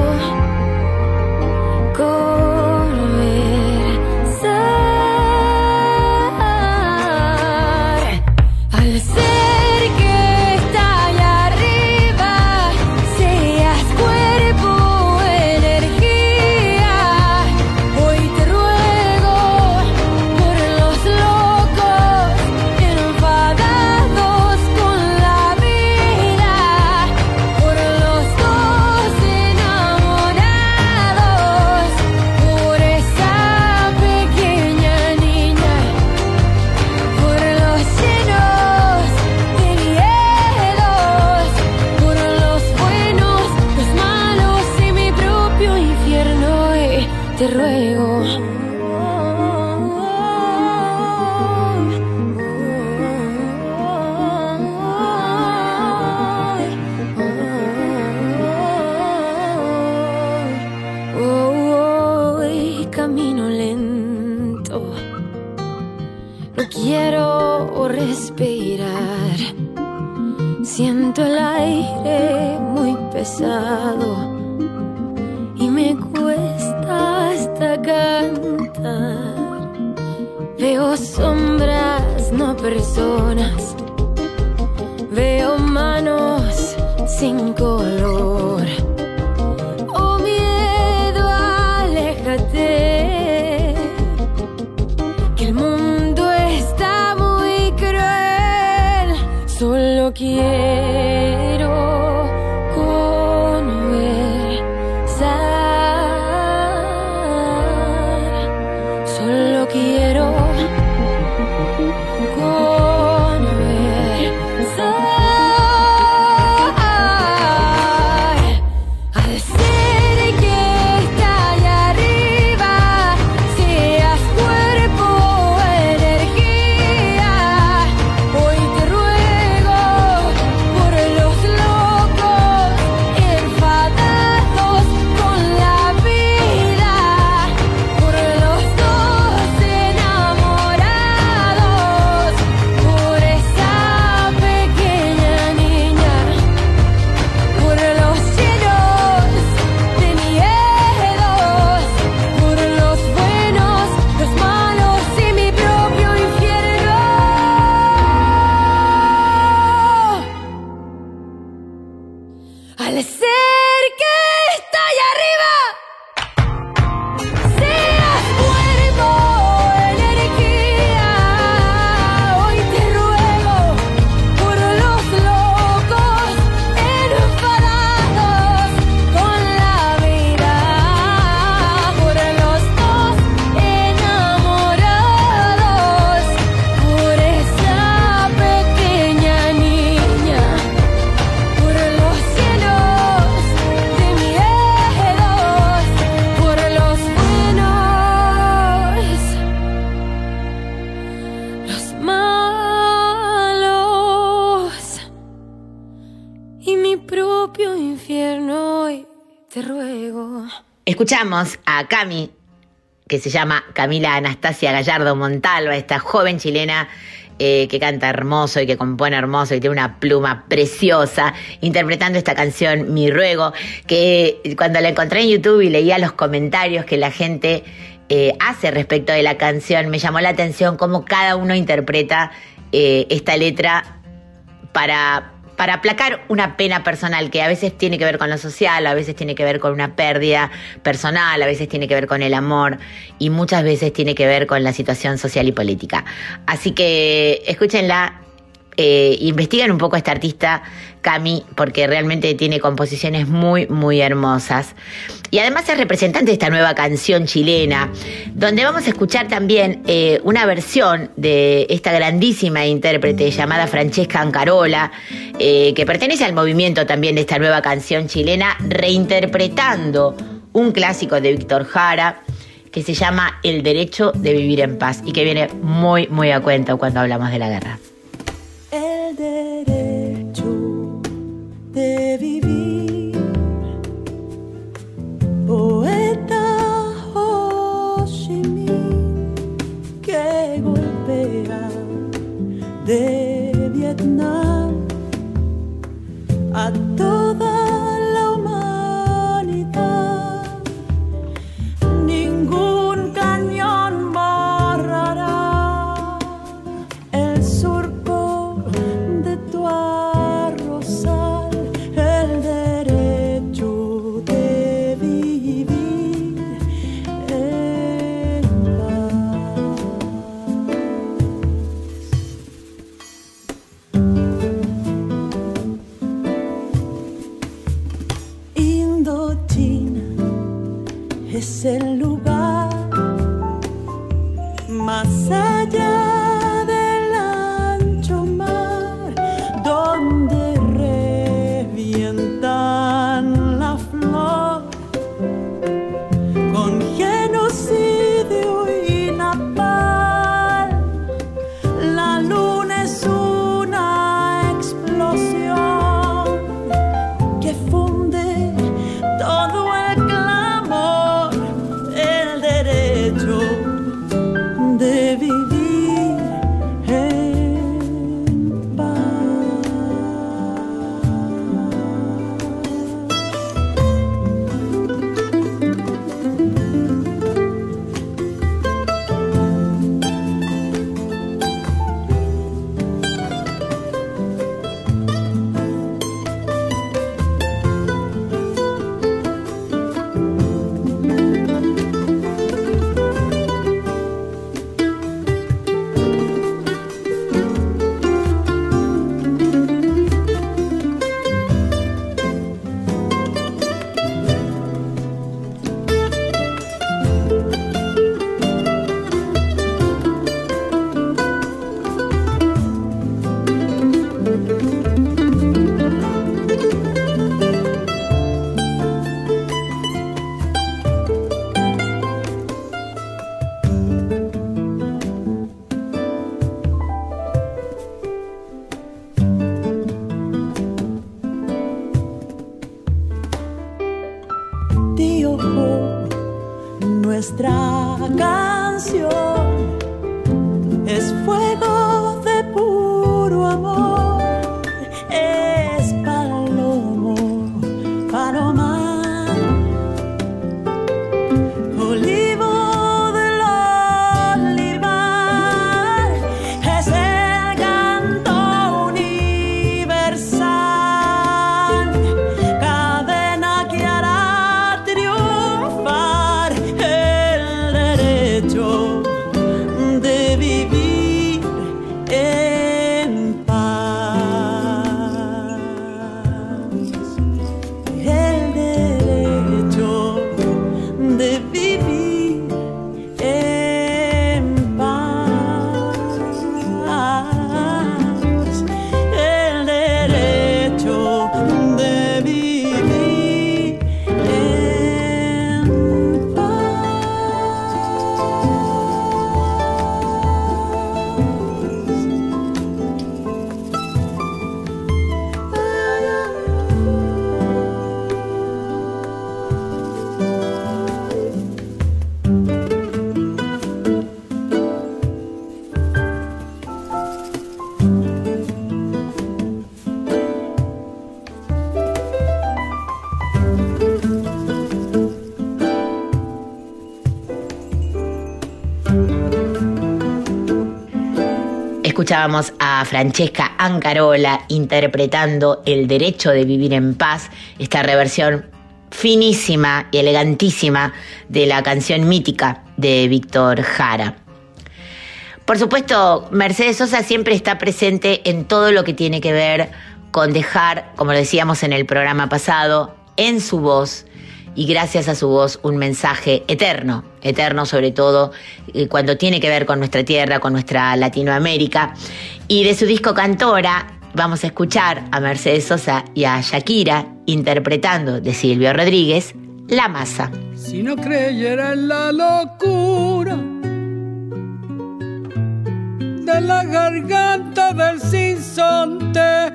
conversar. Al ser que está allá arriba, seas cuerpo o energía, hoy te ruego por los locos enfadados con la vida, por los dos enamorados, por esa pequeña niña, por los llenos de miedos, por los buenos, los malos y mi propio infierno, eh, te ruego. Hoy camino lento, no quiero respirar, siento el aire muy pesado y me cuesta hasta cantar. Veo sombras, no personas, veo manos sin color. Oh miedo, aléjate, que el mundo está muy cruel. Solo quiero conversar, solo quiero conversar. Al ser que está allá arriba, seas cuerpo o energía, hoy te ruego por los locos enfadados con la vida, por los dos enamorados, por esa pequeña niña, por los llenos de miedos, por los buenos, los malos y mi propio infierno. Al ser que está allá arriba, seas cuerpo o energía, hoy te ruego por los locos enfadados con la vida, por los dos enamorados, por esa pequeña niña, por los llenos de miedos, por los buenos, los malos y mi propio infierno, hoy te ruego. Escuchamos a Cami, que se llama Camila Anastasia Gallardo Montalva, esta joven chilena eh, que canta hermoso y que compone hermoso y tiene una pluma preciosa, interpretando esta canción Mi Ruego, que cuando la encontré en YouTube y leía los comentarios que la gente eh, hace respecto de la canción, me llamó la atención cómo cada uno interpreta eh, esta letra para... para aplacar una pena personal que a veces tiene que ver con lo social, a veces tiene que ver con una pérdida personal, a veces tiene que ver con el amor y muchas veces tiene que ver con la situación social y política. Así que escúchenla, eh, investiguen un poco a esta artista Cami, porque realmente tiene composiciones muy, muy hermosas. Y además es representante de esta nueva canción chilena, donde vamos a escuchar también eh, una versión de esta grandísima intérprete llamada Francesca Ancarola, eh, que pertenece al movimiento también de esta nueva canción chilena, reinterpretando un clásico de Víctor Jara, que se llama El derecho de vivir en paz, y que viene muy, muy a cuento cuando hablamos de la guerra. El derecho de vivir, poeta Ho Chi Minh, que golpea de Vietnam a toda la humanidad. Ningún cañón borrará el surco de tu arrozal, el derecho de vivir en paz. Indochina es el lugar más allá del ancho mar, donde revientan la flor con genocidio y napalm. La luna es una explosión que funde todo el clamor, el derecho de vivir en paz. Tío Jo, nuestra canción es fuego de puro amor, es palomo, palomar, olivo del olivar, es el canto universal, cadena que hará triunfar el derecho de vivir en paz. El derecho de vivir en paz. El derecho de vivir en Escuchábamos a Francesca Ancarola interpretando El derecho de vivir en paz, esta reversión finísima y elegantísima de la canción mítica de Víctor Jara. Por supuesto, Mercedes Sosa siempre está presente en todo lo que tiene que ver con dejar, como decíamos en el programa pasado, en su voz y gracias a su voz un mensaje eterno, eterno sobre todo eh, cuando tiene que ver con nuestra tierra, con nuestra Latinoamérica. Y de su disco Cantora vamos a escuchar a Mercedes Sosa y a Shakira interpretando de Silvio Rodríguez La Masa. Si no creyera en la locura de la garganta del sinsonte,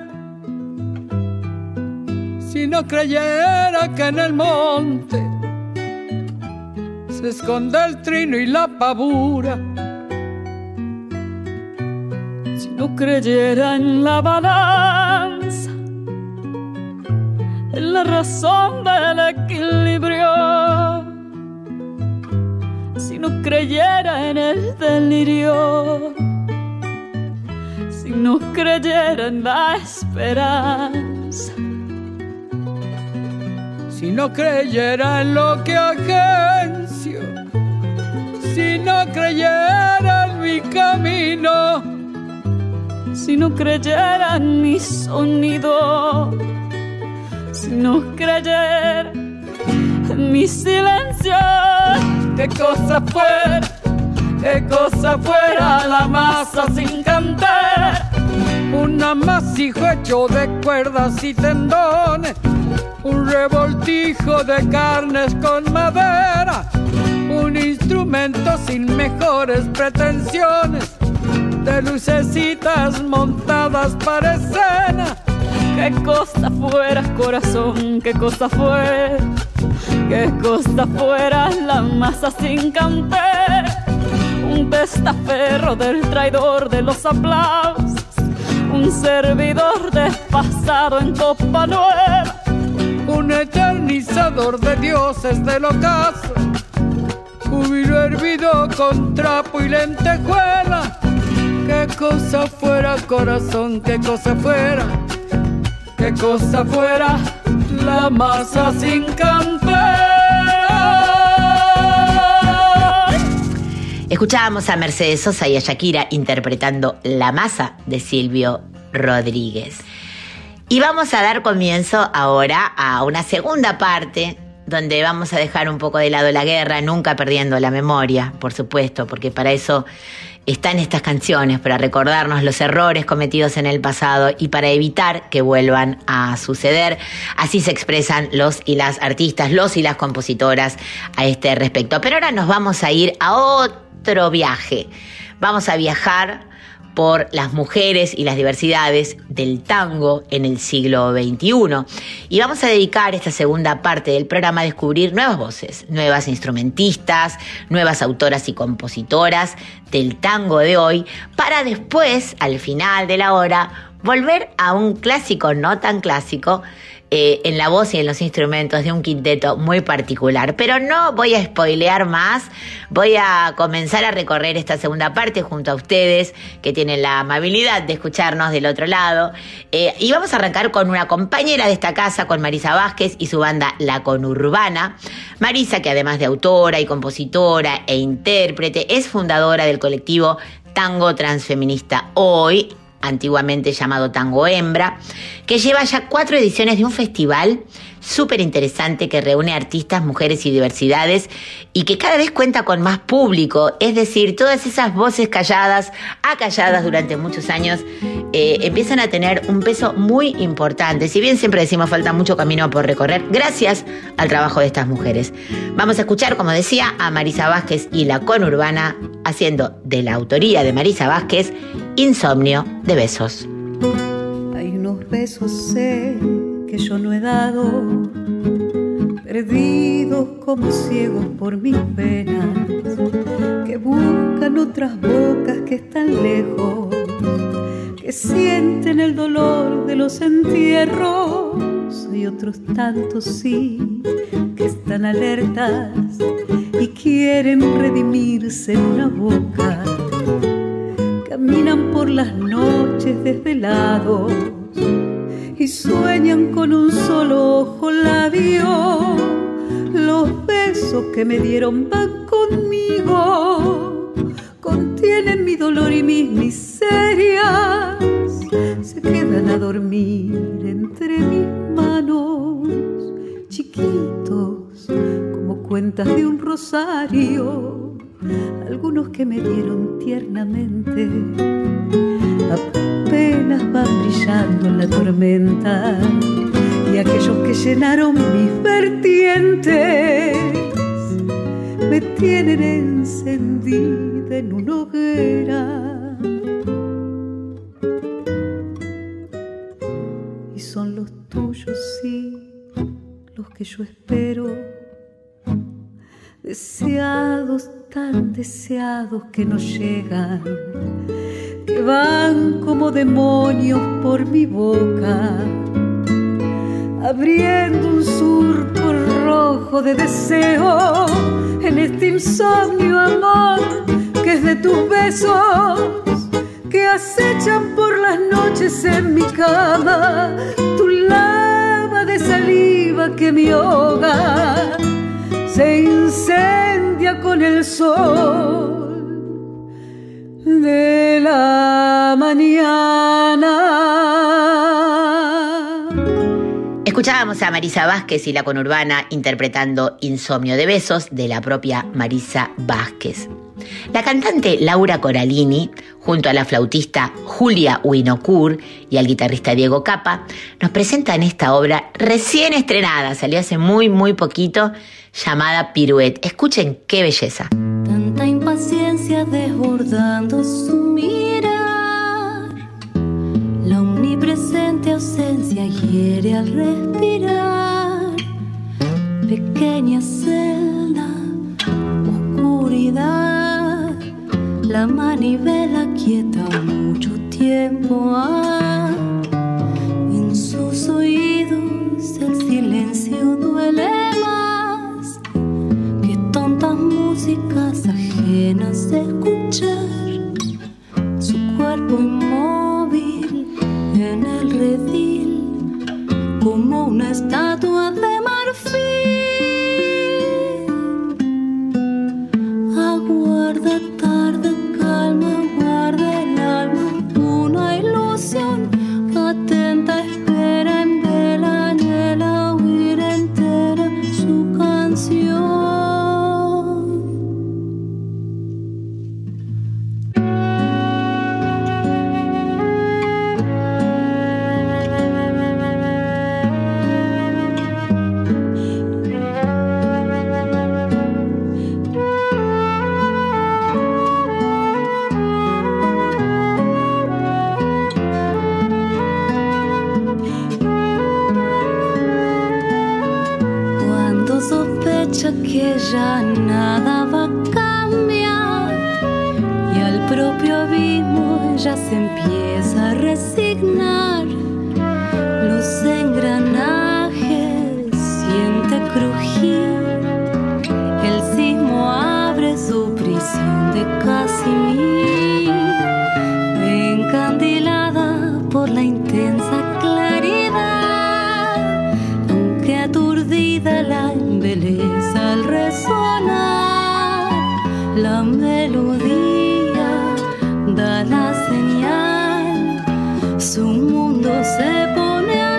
si no creyera que en el monte se esconde el trino y la pavura, si no creyera en la balanza, en la razón del equilibrio, si no creyera en el delirio, si no creyera en la esperanza, si no creyera en lo que agencio, si no creyera en mi camino, si no creyera en mi sonido, si no creyera en mi silencio, qué cosa fuera, qué cosa fuera la masa sin cantar, un amasijo hecho de cuerdas y tendones, un revoltijo de carnes con madera, un instrumento sin mejores pretensiones, de lucecitas montadas para escena. Qué cosa fuera, corazón, qué cosa fuera, qué cosa fuera la masa sin cantar, un testaferro del traidor de los aplausos, un servidor desfasado en copa nueva, un eternizador de dioses del ocaso, júbilo hervido con trapo y lentejuela. Qué cosa fuera, corazón, qué cosa fuera, qué cosa fuera la masa sin cantar. Escuchábamos a Mercedes Sosa y a Shakira interpretando La Masa de Silvio Rodríguez. Y vamos a dar comienzo ahora a una segunda parte donde vamos a dejar un poco de lado la guerra, nunca perdiendo la memoria, por supuesto, porque para eso están estas canciones, para recordarnos los errores cometidos en el pasado y para evitar que vuelvan a suceder. Así se expresan los y las artistas, los y las compositoras a este respecto. Pero ahora nos vamos a ir a otro viaje. Vamos a viajar por las mujeres y las diversidades del tango en el siglo veintiuno. Y vamos a dedicar esta segunda parte del programa a descubrir nuevas voces, nuevas instrumentistas, nuevas autoras y compositoras del tango de hoy, para después, al final de la hora, volver a un clásico no tan clásico, Eh, en la voz y en los instrumentos de un quinteto muy particular. Pero no voy a spoilear más, voy a comenzar a recorrer esta segunda parte junto a ustedes que tienen la amabilidad de escucharnos del otro lado. Eh, y vamos a arrancar con una compañera de esta casa, con Marisa Vázquez y su banda La Conurbana. Marisa, que además de autora y compositora e intérprete, es fundadora del colectivo Tango Transfeminista Hoy, antiguamente llamado Tango Hembra, que lleva ya cuatro ediciones de un festival súper interesante que reúne artistas, mujeres y diversidades y que cada vez cuenta con más público, es decir, todas esas voces calladas, acalladas durante muchos años, eh, empiezan a tener un peso muy importante. Si bien siempre decimos falta mucho camino por recorrer, gracias al trabajo de estas mujeres. Vamos a escuchar, como decía, a Marisa Vázquez y La Conurbana haciendo de la autoría de Marisa Vázquez Insomnio de Besos. Hay unos besos sé que yo no he dado, perdidos como ciegos por mis penas, que buscan otras bocas que están lejos, que sienten el dolor de los entierros, y otros tantos sí, que están alertas y quieren redimirse en una boca. Caminan por las noches desvelados y sueñan con un solo ojo labio. Los besos que me dieron van conmigo, contienen mi dolor y mis miserias, se quedan a dormir entre mis manos, chiquitos como cuentas de un rosario, algunos que me dieron tiernamente, apenas van brillando en la tormenta, y aquellos que llenaron mis vertientes me tienen encendida en una hoguera, y son los tuyos, sí, los que yo espero, deseados, tan deseados que no llegan, que van como demonios por mi boca, abriendo un surco rojo de deseo en este insomnio, amor, que es de tus besos, que acechan por las noches en mi cama, tu lava de saliva que me ahoga, se incendia con el sol de la mañana. Escuchábamos a Marisa Vázquez y la Conurbana interpretando Insomnio de Besos, de la propia Marisa Vázquez. La cantante Laura Coralini, junto a la flautista Julia Winocur y al guitarrista Diego Capa, nos presentan esta obra recién estrenada, salió hace muy muy poquito, llamada Piruet. Escuchen qué belleza. Tanta impaciencia desbordando su mirar, la omnipresente ausencia hiere al respirar, pequeña celda, oscuridad, la manivela quieta mucho tiempo ha, en sus oídos el silencio duele más que tontas músicas ajenas de escuchar, su cuerpo inmóvil en el redil como una estatua de marfil, aguarda tarde, calma, guarda el alma, una ilusión, atenta, espera, en vela, anhela oír entera su canción. Que ya nada va a cambiar y al propio abismo ya se empieza a resignar, los engranajes siente crujir, el sismo abre su prisión de casimir, encandilada por la intensa claridad, aunque aturdida la embeleza al resonar, la melodía da la señal, su mundo se pone a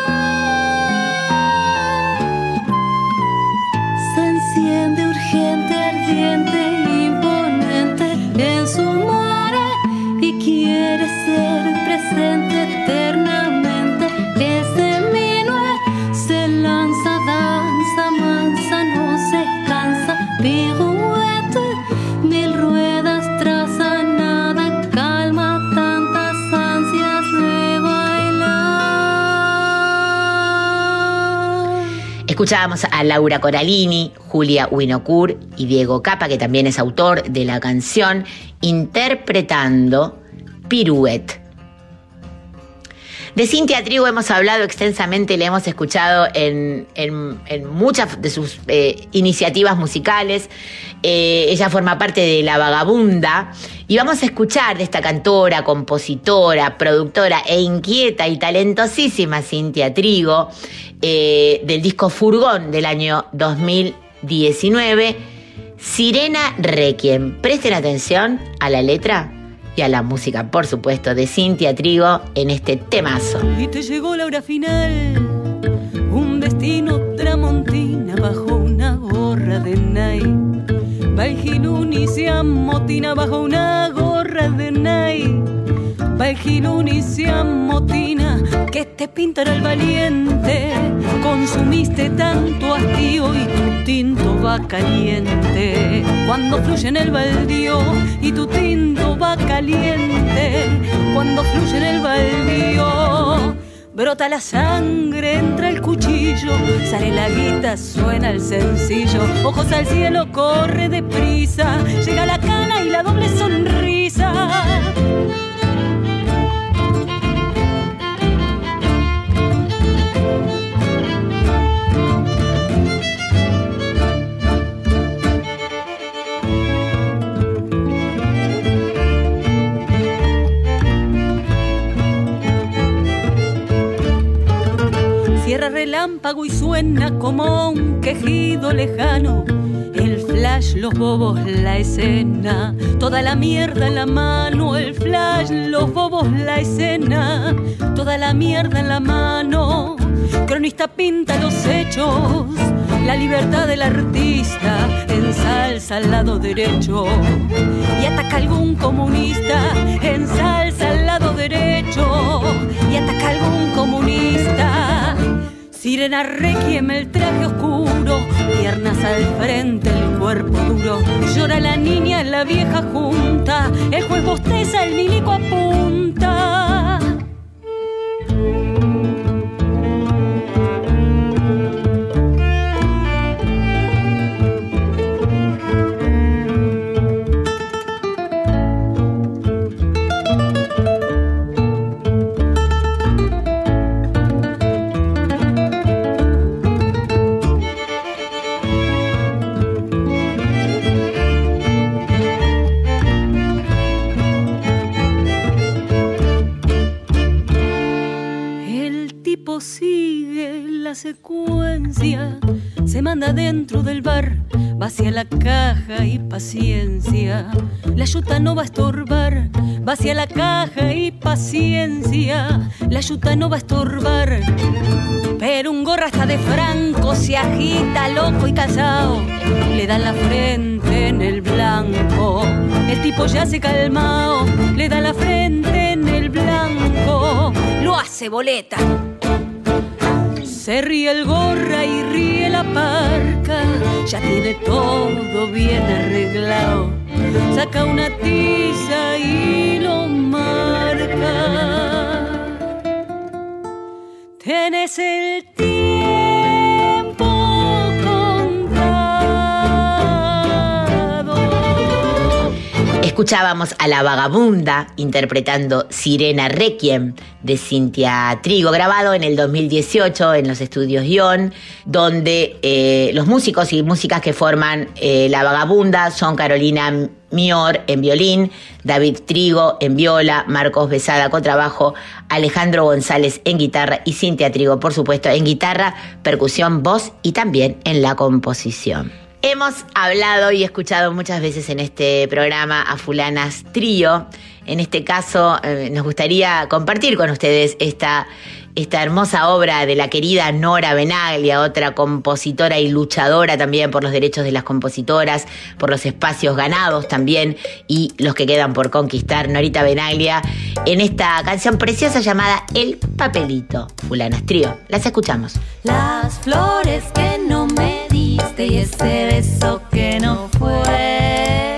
girar, se enciende urgente, ardiente, imponente en su mare y quiere ser presente eternamente, ese minue se lanza, danza mansa, no se cansa, piruete, mil ruedas traza, nada calma tantas ansias de bailar. Escuchábamos a Laura Coralini, Julia Winocur y Diego Capa, que también es autor de la canción, interpretando Piruet. De Cintia Trigo hemos hablado extensamente, le hemos escuchado en, en, en muchas de sus eh, iniciativas musicales. Eh, ella forma parte de La Vagabunda y vamos a escuchar de esta cantora, compositora, productora e inquieta y talentosísima Cintia Trigo, eh, del disco Furgón del año dos mil diecinueve, Sirena Requiem. Presten atención a la letra y a la música, por supuesto, de Cintia Trigo en este temazo. Y te llegó la hora final, un destino tramontina bajo una gorra de Nike. Va el gilún y se amotina bajo una gorra de Nike. Va el gilún y se amotina, que te pintará el valiente. Consumiste tanto hastío y tu tinto va caliente. Cuando fluye en el baldío y tu tinto va caliente. Cuando fluye en el baldío, brota la sangre, entra el cuchillo, sale la guita, suena el sencillo. Ojos al cielo, corre deprisa, llega la cana y la doble sonrisa. Cierra relámpago y suena como un quejido lejano. El flash, los bobos, la escena. Toda la mierda en la mano. El flash, los bobos, la escena. Toda la mierda en la mano. Cronista pinta los hechos. La libertad del artista ensalza al lado derecho. Y ataca a algún comunista. Ensalza al lado derecho. Y ataca a algún comunista. Sirena Requiem, el traje oscuro, piernas al frente, el cuerpo duro. Llora la niña, la vieja junta, el juez bosteza, el milico apunta. Sigue la secuencia, se manda dentro del bar, va hacia la caja y paciencia. La yuta no va a estorbar, va hacia la caja y paciencia. La yuta no va a estorbar, pero un gorra está de franco, se agita loco y cansado. Le dan la frente en el blanco, el tipo ya se calmao. Le da la frente en el blanco, lo hace boleta. Se ríe el gorra y ríe la parca, ya tiene todo bien arreglado. Saca una tiza y lo marca. Tenés el tiempo contado. Escuchábamos a La Vagabunda interpretando Sirena Requiem de Cintia Trigo, grabado en el dos mil dieciocho en los estudios Ion, donde eh, los músicos y músicas que forman eh, La Vagabunda son Carolina Mior en violín, David Trigo en viola, Marcos Besada contrabajo, Alejandro González en guitarra y Cintia Trigo, por supuesto, en guitarra, percusión, voz y también en la composición. Hemos hablado y escuchado muchas veces en este programa a Fulanas Trío. En este caso, eh, nos gustaría compartir con ustedes esta, esta hermosa obra de la querida Nora Benaglia, otra compositora y luchadora también por los derechos de las compositoras, por los espacios ganados también y los que quedan por conquistar. Norita Benaglia en esta canción preciosa llamada El Papelito. Fulanas Trío. Las escuchamos. Las flores que no me diste y ese beso que no fue,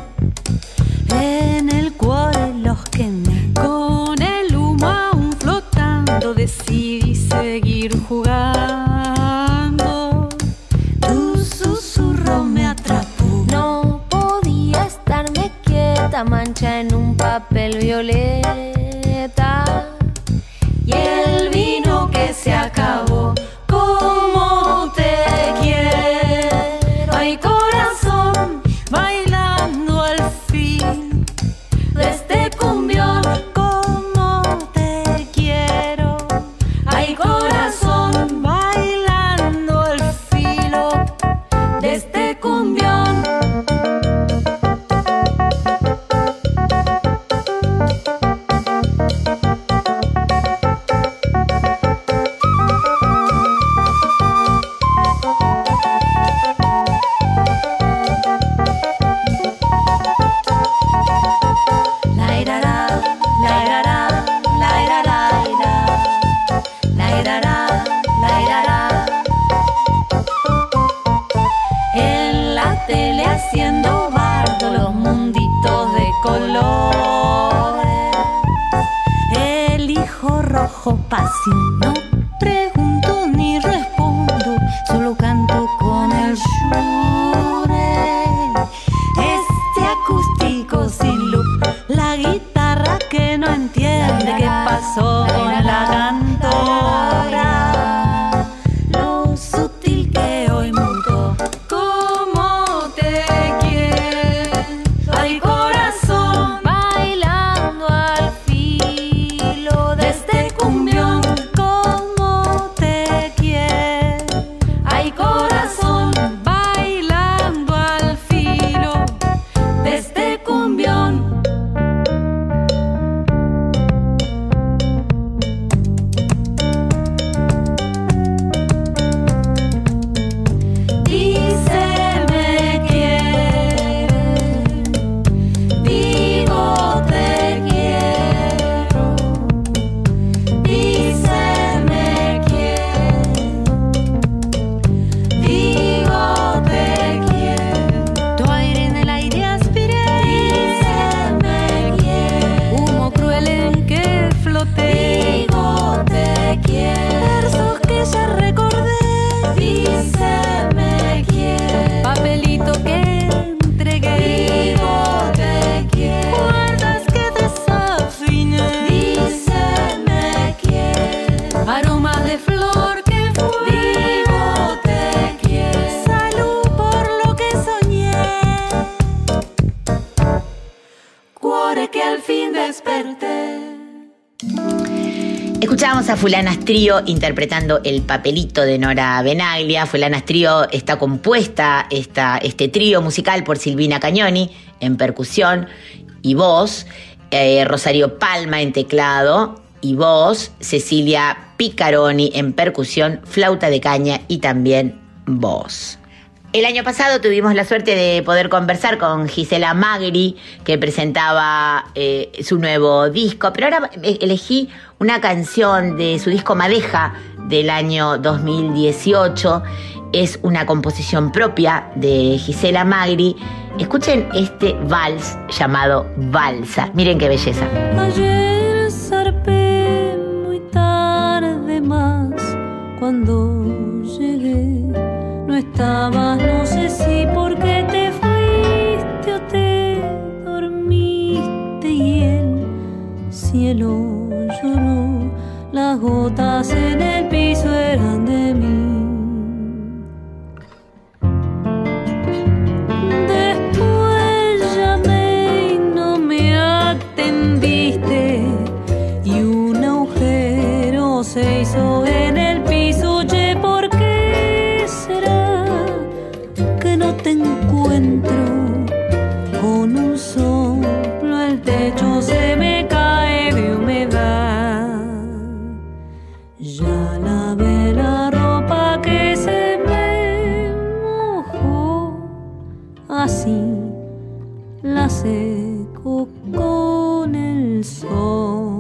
en el cuore los quemé, con el humo aún flotando decidí seguir jugando. Tu susurro me atrapó, no podía estarme quieta, mancha en un papel violeta y el vino que se acabó. Como te quiero, ay corazón, bailando al fin de este cumbión. Como te quiero, ay corazón, bailando al filo de este cumbión. flores. Elijo rojo pasión, no pregunto ni respondo, solo canto con el shure. Este acústico sin loop, la guitarra que no entiende qué pasó con la cantora. Lo sutil que hoy mutó. ¿Cómo te quiero? Ay, corazón, bailando al filo de este cumbión. ¿Cómo te quiero? Ay, corazón, bailando al filo de este cumbión. Escuchábamos a Fulanas Trío interpretando El Papelito de Nora Benaglia. Fulanas Trío está compuesta, esta, este trío musical, por Silvina Cagnoni en percusión y voz, eh, Rosario Palma en teclado y voz, Cecilia Picaroni en percusión, flauta de caña y también voz. El año pasado tuvimos la suerte de poder conversar con Gisela Magri, que presentaba eh, su nuevo disco, pero ahora elegí una canción de su disco Madeja del año dos mil dieciocho. Es una composición propia de Gisela Magri. Escuchen este vals llamado Balsa. Miren qué belleza. Ayer zarpé muy tarde más, cuando llegué no estabas, no sé si porque te fuiste o te dormiste y el cielo lloró, las gotas en el piso eran de mí. Después llamé y no me atendiste y un agujero se hizo en el piso. Oye, ¿por qué será que no te encuentro? Con un soplo el techo se me cae de humedad. Ya lavé la ropa que se me mojó, así la seco con el sol.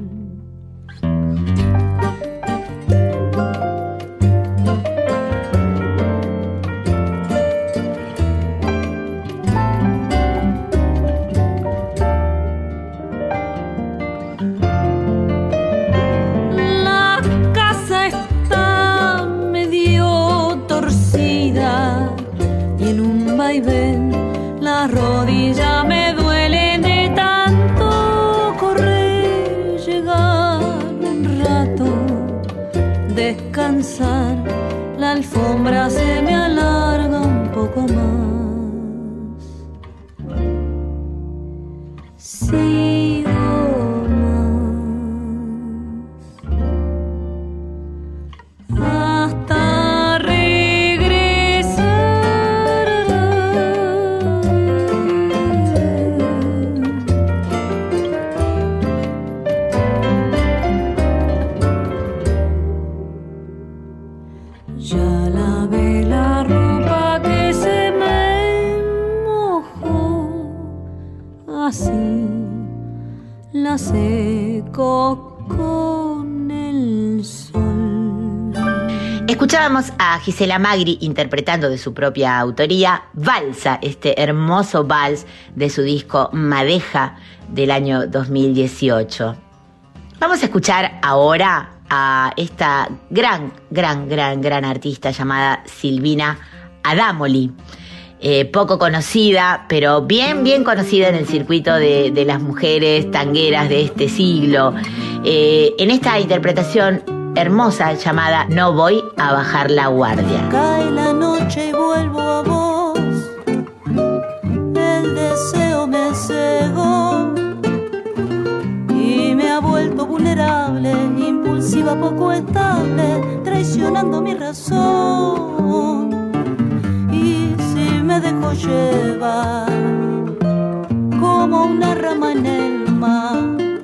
Las rodillas me duelen de tanto correr, llegar un rato, descansar, la alfombra se me alarga un poco más. Sigo más hasta regresar. Ya lavé la ropa que se me mojó, así la seco con el sol. Escuchábamos a Gisela Magri interpretando de su propia autoría Valsa, este hermoso vals de su disco Madeja del año dos mil dieciocho. Vamos a escuchar ahora a esta gran, gran, gran, gran artista llamada Silvina Adamoli. Eh, poco conocida, pero bien, bien conocida en el circuito de, de las mujeres tangueras de este siglo. Eh, en esta interpretación hermosa llamada No voy a bajar la guardia. Cae la noche y vuelvo a vos, el deseo me cegó y me ha vuelto vulnerable, impulsiva, poco estable, traicionando mi razón. Y si me dejo llevar como una rama en el mar,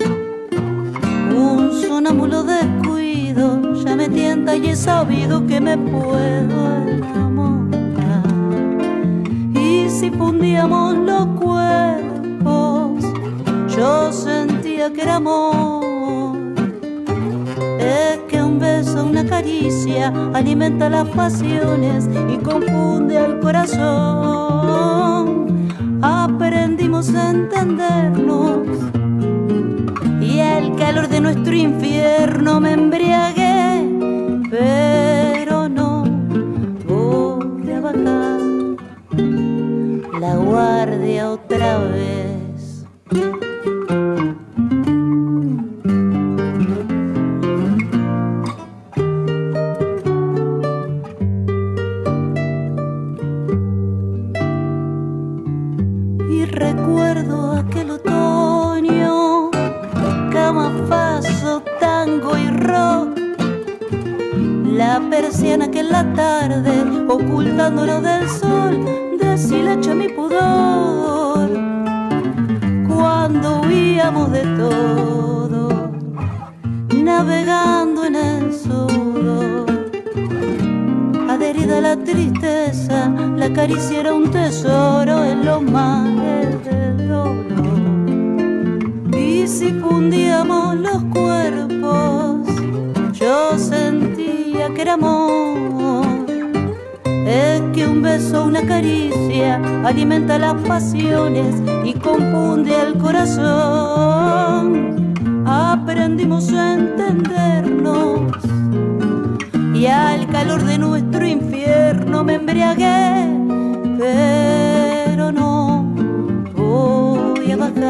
un sonámbulo descuido ya me tienta y he sabido que me puedo enamorar. Y si fundíamos los cuerpos, yo sentía que era amor. Es que un beso, una caricia alimenta las pasiones y confunde al corazón. Aprendimos a entendernos y el calor de nuestro infierno me embriagué, pero no voy a bajar la guardia otra vez. Y recuerdo aquel otoño, camafazo, tango y rock, la persiana que en la tarde, ocultándonos del sol, deshilacha mi pudor. Cuando huíamos de todo, navegando en el sudor, adherida a la tristeza, la caricia era un tesoro en los mares del dolor. Y si fundíamos los cuerpos, yo sentía que era amor. Es que un beso, una caricia alimenta las pasiones y confunde al corazón. Aprendimos a entendernos y al calor de nuestro infierno me embriagué, pero no voy a bajar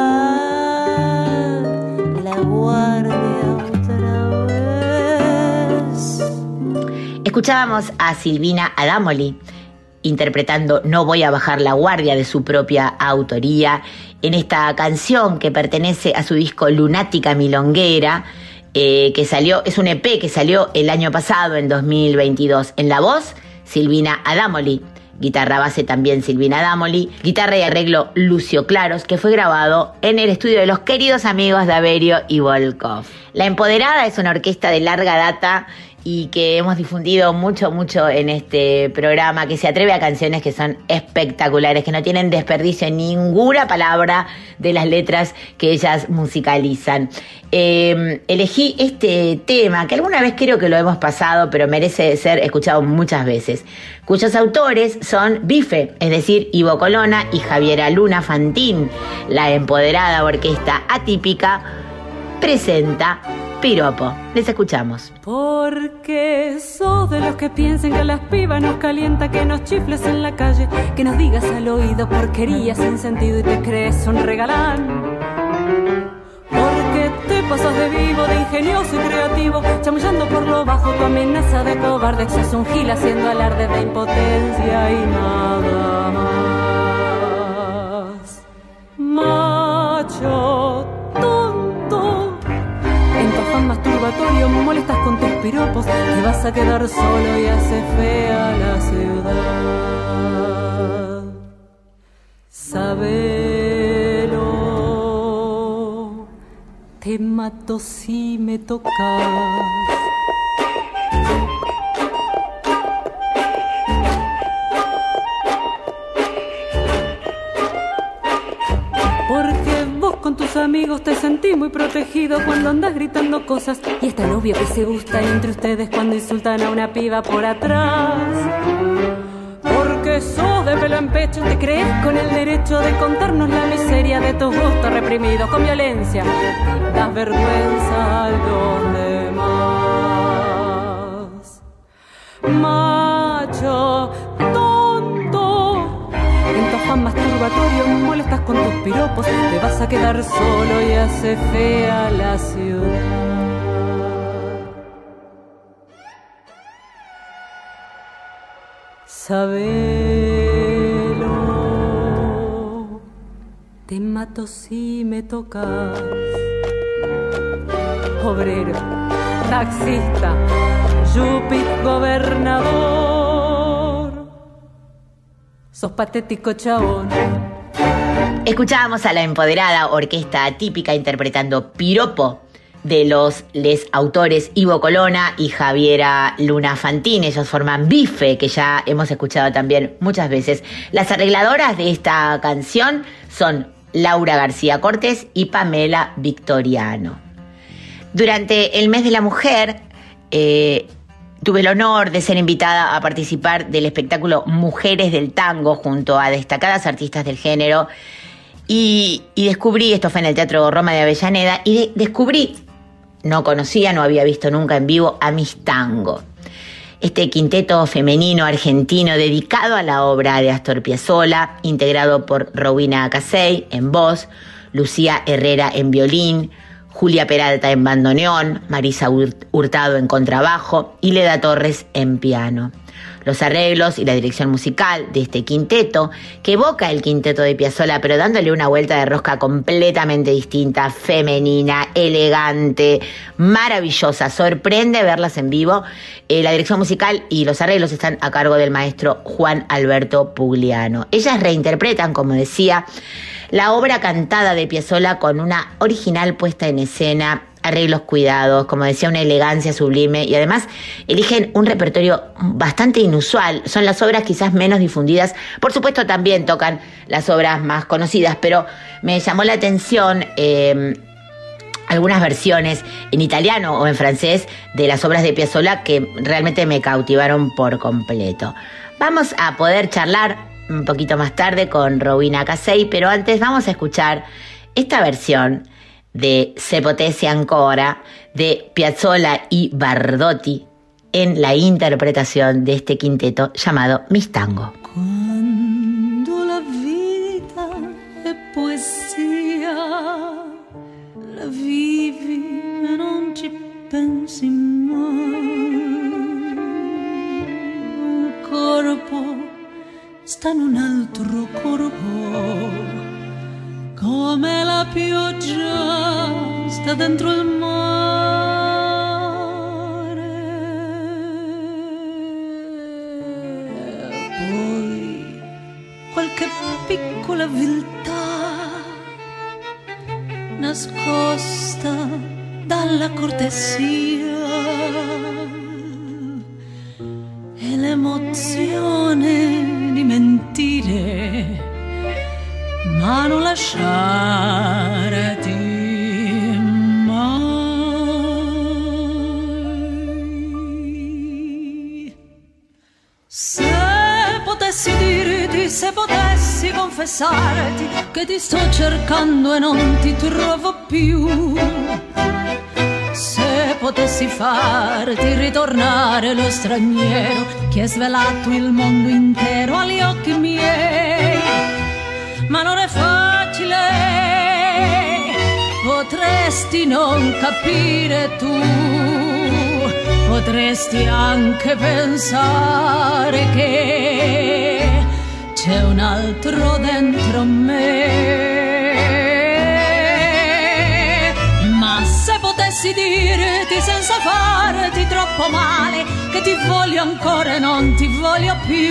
la guardia otra vez. Escuchábamos a Silvina Adamoli interpretando No voy a bajar la guardia de su propia autoría en esta canción que pertenece a su disco Lunática Milonguera, eh, que salió, es un E P que salió el año pasado, en dos mil veintidós. En la voz, Silvina Adamoli. Guitarra base también Silvina Adamoli. Guitarra y arreglo Lucio Claros, que fue grabado en el estudio de los queridos amigos Daverio y Volkov. La Empoderada es una orquesta de larga data y que hemos difundido mucho, mucho en este programa, que se atreve a canciones que son espectaculares, que no tienen desperdicio en ninguna palabra de las letras que ellas musicalizan. Eh, elegí este tema, que alguna vez creo que lo hemos pasado, pero merece ser escuchado muchas veces, cuyos autores son Bife, es decir, Ivo Colonna y Javiera Luna Fantín. La Empoderada Orquesta Atípica presenta Piropo. Les escuchamos. Porque sos de los que piensan que a las pibas nos calienta, que nos chifles en la calle, que nos digas al oído porquerías sin sentido y te crees un regalán. Porque te pasas de vivo, de ingenioso y creativo, chamullando por lo bajo tu amenaza de cobarde. Sos un gil haciendo alarde de impotencia y nada más. Macho tonto, en tu afán masturbatorio molestas con tus piropos, te vas a quedar solo y hace fea la ciudad. Sabelo, te mato si me tocas. tus amigos te sentís muy protegido cuando andas gritando cosas. Y es tan obvio que se gustan entre ustedes cuando insultan a una piba por atrás. Porque sos de pelo en pecho, te crees con el derecho de contarnos la miseria de tus gustos reprimidos con violencia. Das vergüenza a los demás. Macho tonto, en tu afán masturbatorio molestas con tus piropos. Te vas a quedar solo y hace fea la ciudad. Sabelo, te mato si me tocas. Obrero, taxista, yupi, gobernador. Sos patético, chabón. Escuchábamos a la empoderada orquesta atípica interpretando Piropo de los les autores Ivo Colonna y Javiera Luna Fantini. Ellos forman Bife, que ya hemos escuchado también muchas veces. Las arregladoras de esta canción son Laura García Cortés y Pamela Victoriano. Durante el mes de la mujer eh, tuve el honor de ser invitada a participar del espectáculo Mujeres del Tango junto a destacadas artistas del género y, y descubrí, esto fue en el Teatro Roma de Avellaneda, y de, descubrí no conocía, no había visto nunca en vivo a Mis Tango. Este quinteto femenino argentino dedicado a la obra de Astor Piazzolla, integrado por Rowena Casey en voz, Lucía Herrera en violín, Julia Peralta en bandoneón, Marisa Hurtado en contrabajo y Leda Torres en piano. Los arreglos y la dirección musical de este quinteto, que evoca el quinteto de Piazzolla, pero dándole una vuelta de rosca completamente distinta, femenina, elegante, maravillosa. Sorprende verlas en vivo. Eh, la dirección musical y los arreglos están a cargo del maestro Juan Alberto Pugliano. Ellas reinterpretan, como decía, la obra cantada de Piazzolla con una original puesta en escena, arreglos cuidados, como decía, una elegancia sublime, y además eligen un repertorio bastante inusual. Son las obras quizás menos difundidas. Por supuesto también tocan las obras más conocidas, pero me llamó la atención eh, algunas versiones en italiano o en francés de las obras de Piazzolla que realmente me cautivaron por completo. Vamos a poder charlar un poquito más tarde con Rowena Casey, pero antes vamos a escuchar esta versión de Se potesse ancora de Piazzolla y Bardotti en la interpretación de este quinteto llamado Mis Tango. Quando la vita è poesia, la vivi e non ci pensi mai. Un corpo sta in un altro corpo, come la pioggia sta dentro il mare. Poi qualche piccola viltà nascosta dalla cortesia e l'emozione di mentire, ma non lasciarti mai. Se potessi dirti, se potessi confessarti che ti sto cercando e non ti trovo più, se potessi farti ritornare lo straniero che ha svelato il mondo intero agli occhi miei, ma non è facile, potresti non capire tu, potresti anche pensare che c'è un altro dentro me. Ma se potessi dirti senza farti troppo male che ti voglio ancora e non ti voglio più,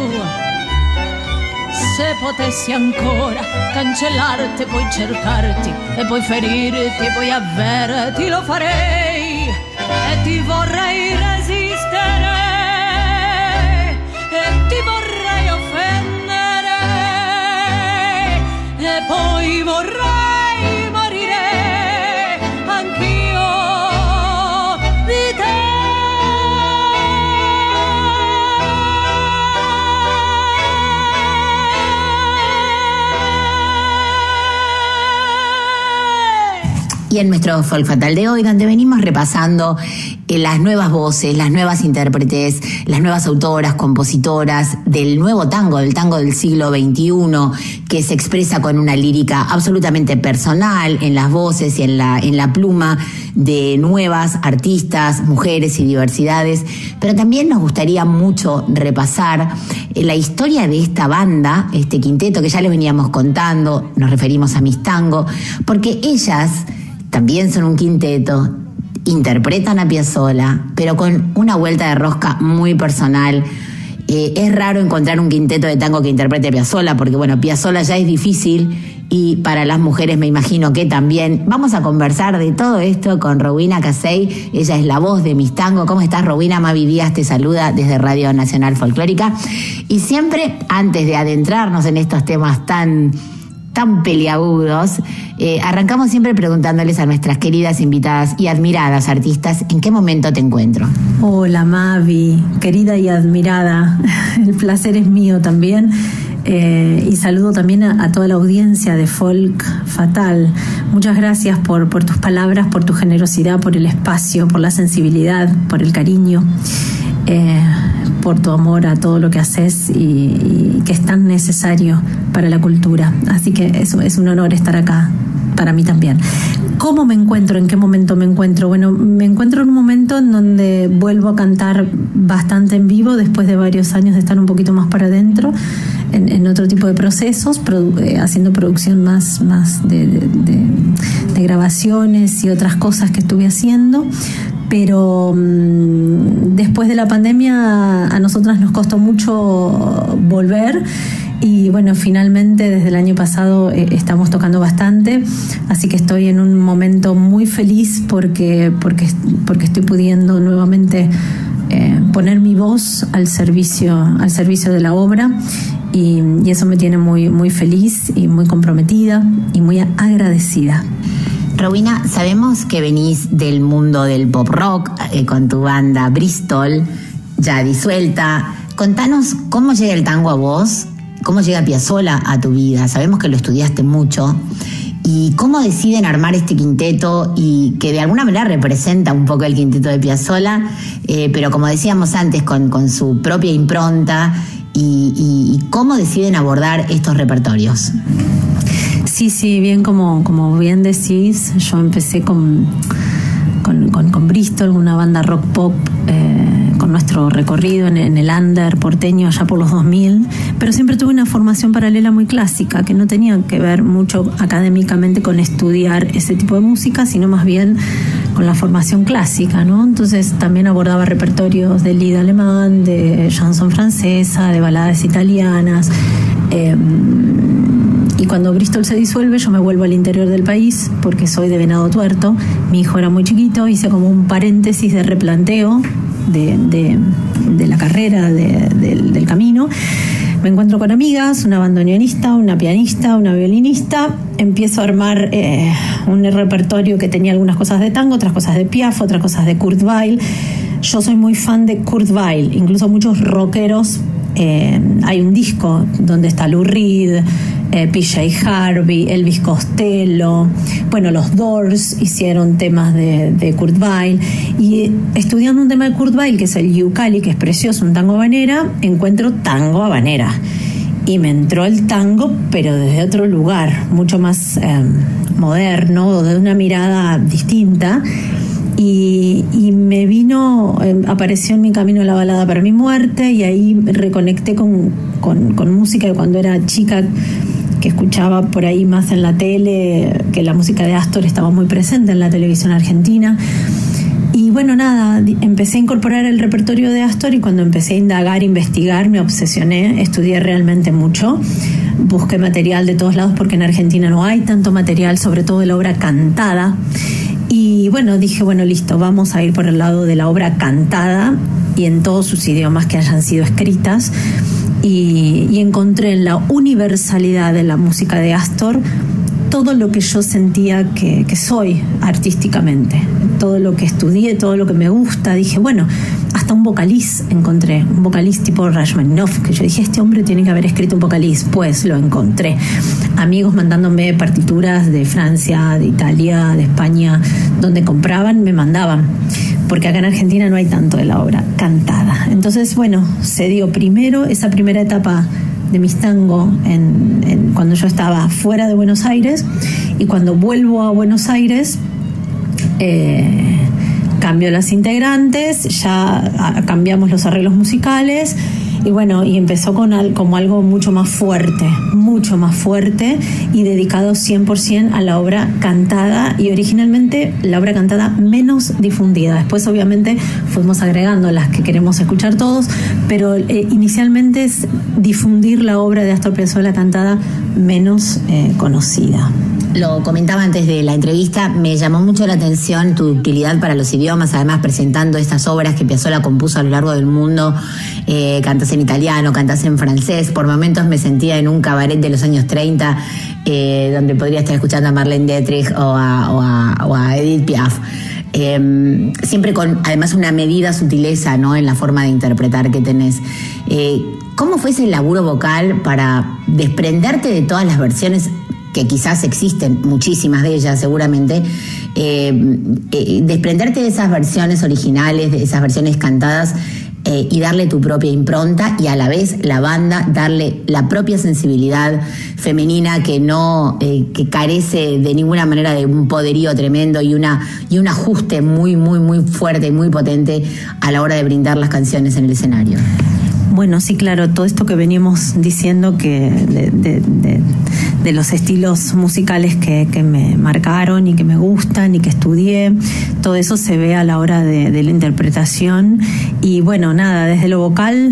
se potessi ancora cancellarti, poi cercarti e poi ferirti e poi avverti, lo farei e ti vorrei resistere e ti vorrei offendere e poi vorrei Y en nuestro Folk Fatal de hoy, donde venimos repasando eh, las nuevas voces, las nuevas intérpretes, las nuevas autoras, compositoras del nuevo tango, del tango del siglo veintiuno, que se expresa con una lírica absolutamente personal en las voces y en la, en la pluma de nuevas artistas, mujeres y diversidades. Pero también nos gustaría mucho repasar eh, la historia de esta banda, este quinteto que ya les veníamos contando, nos referimos a Mis Tango, porque ellas también son un quinteto, interpretan a Piazzolla, pero con una vuelta de rosca muy personal. Eh, es raro encontrar un quinteto de tango que interprete a Piazzolla, porque bueno, Piazzolla ya es difícil y para las mujeres me imagino que también. Vamos a conversar de todo esto con Rowena Casey, ella es la voz de Mis Tango. ¿Cómo estás, Rowena? Mavi Díaz te saluda desde Radio Nacional Folclórica. Y siempre, antes de adentrarnos en estos temas tan... tan peliagudos, eh, arrancamos siempre preguntándoles a nuestras queridas invitadas y admiradas artistas, ¿en qué momento te encuentro? Hola Mavi, querida y admirada, el placer es mío también, eh, y saludo también a, a toda la audiencia de Folk Fatal. Muchas gracias por, por tus palabras, por tu generosidad, por el espacio, por la sensibilidad, por el cariño. Eh, por tu amor a todo lo que haces y, y que es tan necesario para la cultura. Así que eso es un honor estar acá, para mí también. ¿Cómo me encuentro? ¿En qué momento me encuentro? Bueno, me encuentro en un momento en donde vuelvo a cantar bastante en vivo después de varios años de estar un poquito más para adentro, en, en otro tipo de procesos, produ- eh, haciendo producción más, más de, de, de, de grabaciones y otras cosas que estuve haciendo. Pero mmm, después de la pandemia a nosotras nos costó mucho volver y bueno, finalmente desde el año pasado eh, estamos tocando bastante, así que estoy en un momento muy feliz porque, porque, porque estoy pudiendo nuevamente eh, poner mi voz al servicio, al servicio de la obra y, y eso me tiene muy, muy feliz y muy comprometida y muy agradecida. Rowena, sabemos que venís del mundo del pop rock eh, con tu banda Bristol, ya disuelta. Contanos cómo llega el tango a vos, cómo llega Piazzolla a tu vida. Sabemos que lo estudiaste mucho. ¿Y cómo deciden armar este quinteto y que de alguna manera representa un poco el quinteto de Piazzolla, eh, pero como decíamos antes, con, con su propia impronta? Y, y, y cómo deciden abordar estos repertorios? Sí, sí, bien como, como bien decís, yo empecé con, con, con, con Bristol, una banda rock pop, eh, con nuestro recorrido en, en el under porteño allá por los dos mil, pero siempre tuve una formación paralela muy clásica, que no tenía que ver mucho académicamente con estudiar ese tipo de música, sino más bien con la formación clásica, ¿no? Entonces también abordaba repertorios de lied alemán, de chanson francesa, de baladas italianas. Eh, Y cuando Bristol se disuelve, yo me vuelvo al interior del país, porque soy de Venado Tuerto. Mi hijo era muy chiquito, hice como un paréntesis de replanteo de, de, de la carrera, de, de, del camino. Me encuentro con amigas, una bandoneonista, una pianista, una violinista. Empiezo a armar eh, un repertorio que tenía algunas cosas de tango, otras cosas de Piaf, otras cosas de Kurt Weill. Yo soy muy fan de Kurt Weill, incluso muchos rockeros. Eh, hay un disco donde está Lou Reed, eh, P J Harvey, Elvis Costello, bueno, los Doors hicieron temas de, de Kurt Weill, y estudiando un tema de Kurt Weill, que es el Yucali, que es precioso, un tango habanera, encuentro tango habanera y me entró el tango, pero desde otro lugar, mucho más eh, moderno, de una mirada distinta. Y, y me vino, eh, apareció en mi camino la balada para mi muerte, y ahí reconecté con, con, con música de cuando era chica, que escuchaba por ahí más en la tele, que la música de Astor estaba muy presente en la televisión argentina. Y bueno, nada, empecé a incorporar el repertorio de Astor, y cuando empecé a indagar, investigar, me obsesioné, estudié realmente mucho. Busqué material de todos lados porque en Argentina no hay tanto material, sobre todo de la obra cantada. Y bueno, dije, bueno, listo, vamos a ir por el lado de la obra cantada y en todos sus idiomas que hayan sido escritas. Y, y encontré en la universalidad de la música de Astor todo lo que yo sentía que, que soy artísticamente, todo lo que estudié, todo lo que me gusta. Dije, bueno, hasta hasta un vocaliz encontré, un vocaliz tipo Rachmaninoff, que yo dije, este hombre tiene que haber escrito un vocaliz, pues lo encontré. Amigos mandándome partituras de Francia, de Italia, de España, donde compraban, me mandaban, porque acá en Argentina no hay tanto de la obra cantada. Entonces, bueno, se dio primero esa primera etapa de mis tango en, en, cuando yo estaba fuera de Buenos Aires, y cuando vuelvo a Buenos Aires eh, cambio las integrantes, ya cambiamos los arreglos musicales y bueno, y empezó con al, como algo mucho más fuerte, mucho más fuerte y dedicado cien por ciento a la obra cantada, y originalmente la obra cantada menos difundida. Después obviamente fuimos agregando las que queremos escuchar todos, pero eh, inicialmente es difundir la obra de Astor Piazzolla cantada menos eh, conocida. Lo comentaba antes de la entrevista, me llamó mucho la atención tu utilidad para los idiomas, además presentando estas obras que Piazzolla compuso a lo largo del mundo. Eh, cantas en italiano, cantas en francés, por momentos me sentía en un cabaret de los años treinta, eh, donde podría estar escuchando a Marlene Dietrich o a, o a, o a Edith Piaf. Eh, siempre con además una medida sutileza, ¿no?, en la forma de interpretar que tenés. Eh, ¿Cómo fue ese laburo vocal para desprenderte de todas las versiones que quizás existen, muchísimas de ellas seguramente, eh, eh, desprenderte de esas versiones originales, de esas versiones cantadas, eh, y darle tu propia impronta, y a la vez la banda darle la propia sensibilidad femenina que no eh, que carece de ninguna manera de un poderío tremendo y una y un ajuste muy muy muy fuerte y muy potente a la hora de brindar las canciones en el escenario? Bueno, sí, claro, todo esto que venimos diciendo que de, de, de, de los estilos musicales que, que me marcaron y que me gustan y que estudié, todo eso se ve a la hora de, de la interpretación. Y bueno, nada, desde lo vocal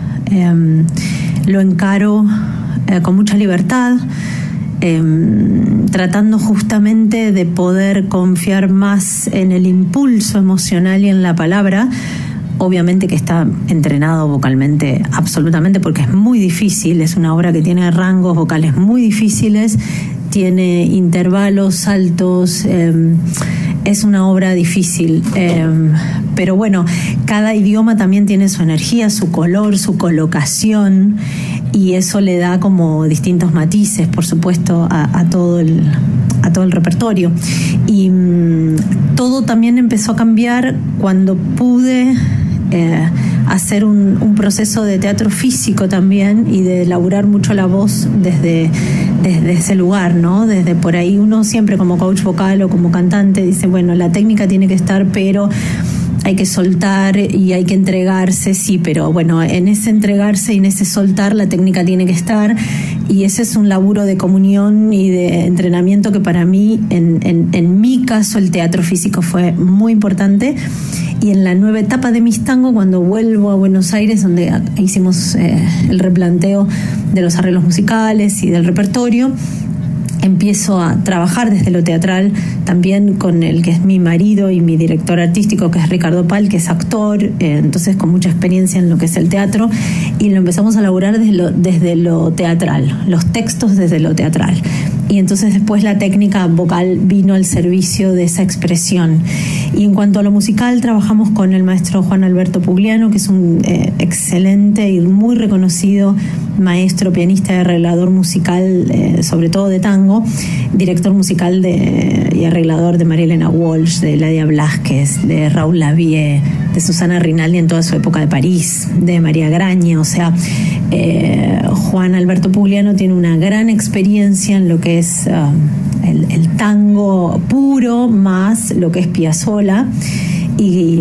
eh, lo encaro eh, con mucha libertad, eh, tratando justamente de poder confiar más en el impulso emocional y en la palabra. Obviamente que está entrenado vocalmente absolutamente, porque es muy difícil, es una obra que tiene rangos vocales muy difíciles, tiene intervalos, saltos, eh, es una obra difícil, eh, pero bueno, cada idioma también tiene su energía, su color, su colocación, y eso le da como distintos matices, por supuesto, a, a todo el a todo el repertorio. Y mmm, todo también empezó a cambiar cuando pude eh, hacer un, un proceso de teatro físico también, y de elaborar mucho la voz desde, desde ese lugar, ¿no? Desde por ahí uno siempre como coach vocal o como cantante dice, bueno, la técnica tiene que estar, pero hay que soltar y hay que entregarse, sí, pero bueno, en ese entregarse y en ese soltar la técnica tiene que estar, y ese es un laburo de comunión y de entrenamiento que para mí, en, en, en mi caso, el teatro físico fue muy importante. Y en la nueva etapa de mis tango, cuando vuelvo a Buenos Aires, donde hicimos eh, el replanteo de los arreglos musicales y del repertorio, empiezo a trabajar desde lo teatral también con el que es mi marido y mi director artístico, que es Ricardo Pal, que es actor, eh, entonces con mucha experiencia en lo que es el teatro, y lo empezamos a elaborar desde lo, desde lo teatral, los textos desde lo teatral. Y entonces después la técnica vocal vino al servicio de esa expresión. Y en cuanto a lo musical, trabajamos con el maestro Juan Alberto Pugliano, que es un eh, excelente y muy reconocido maestro, pianista y arreglador musical, eh, sobre todo de tango, director musical de, y arreglador de María Elena Walsh, de Ladia Blasquez, de Raúl Lavie, de Susana Rinaldi en toda su época de París, de María Graña. O sea, eh, Juan Alberto Pugliano tiene una gran experiencia en lo que es uh, el, el tango puro, más lo que es Piazzolla. Y,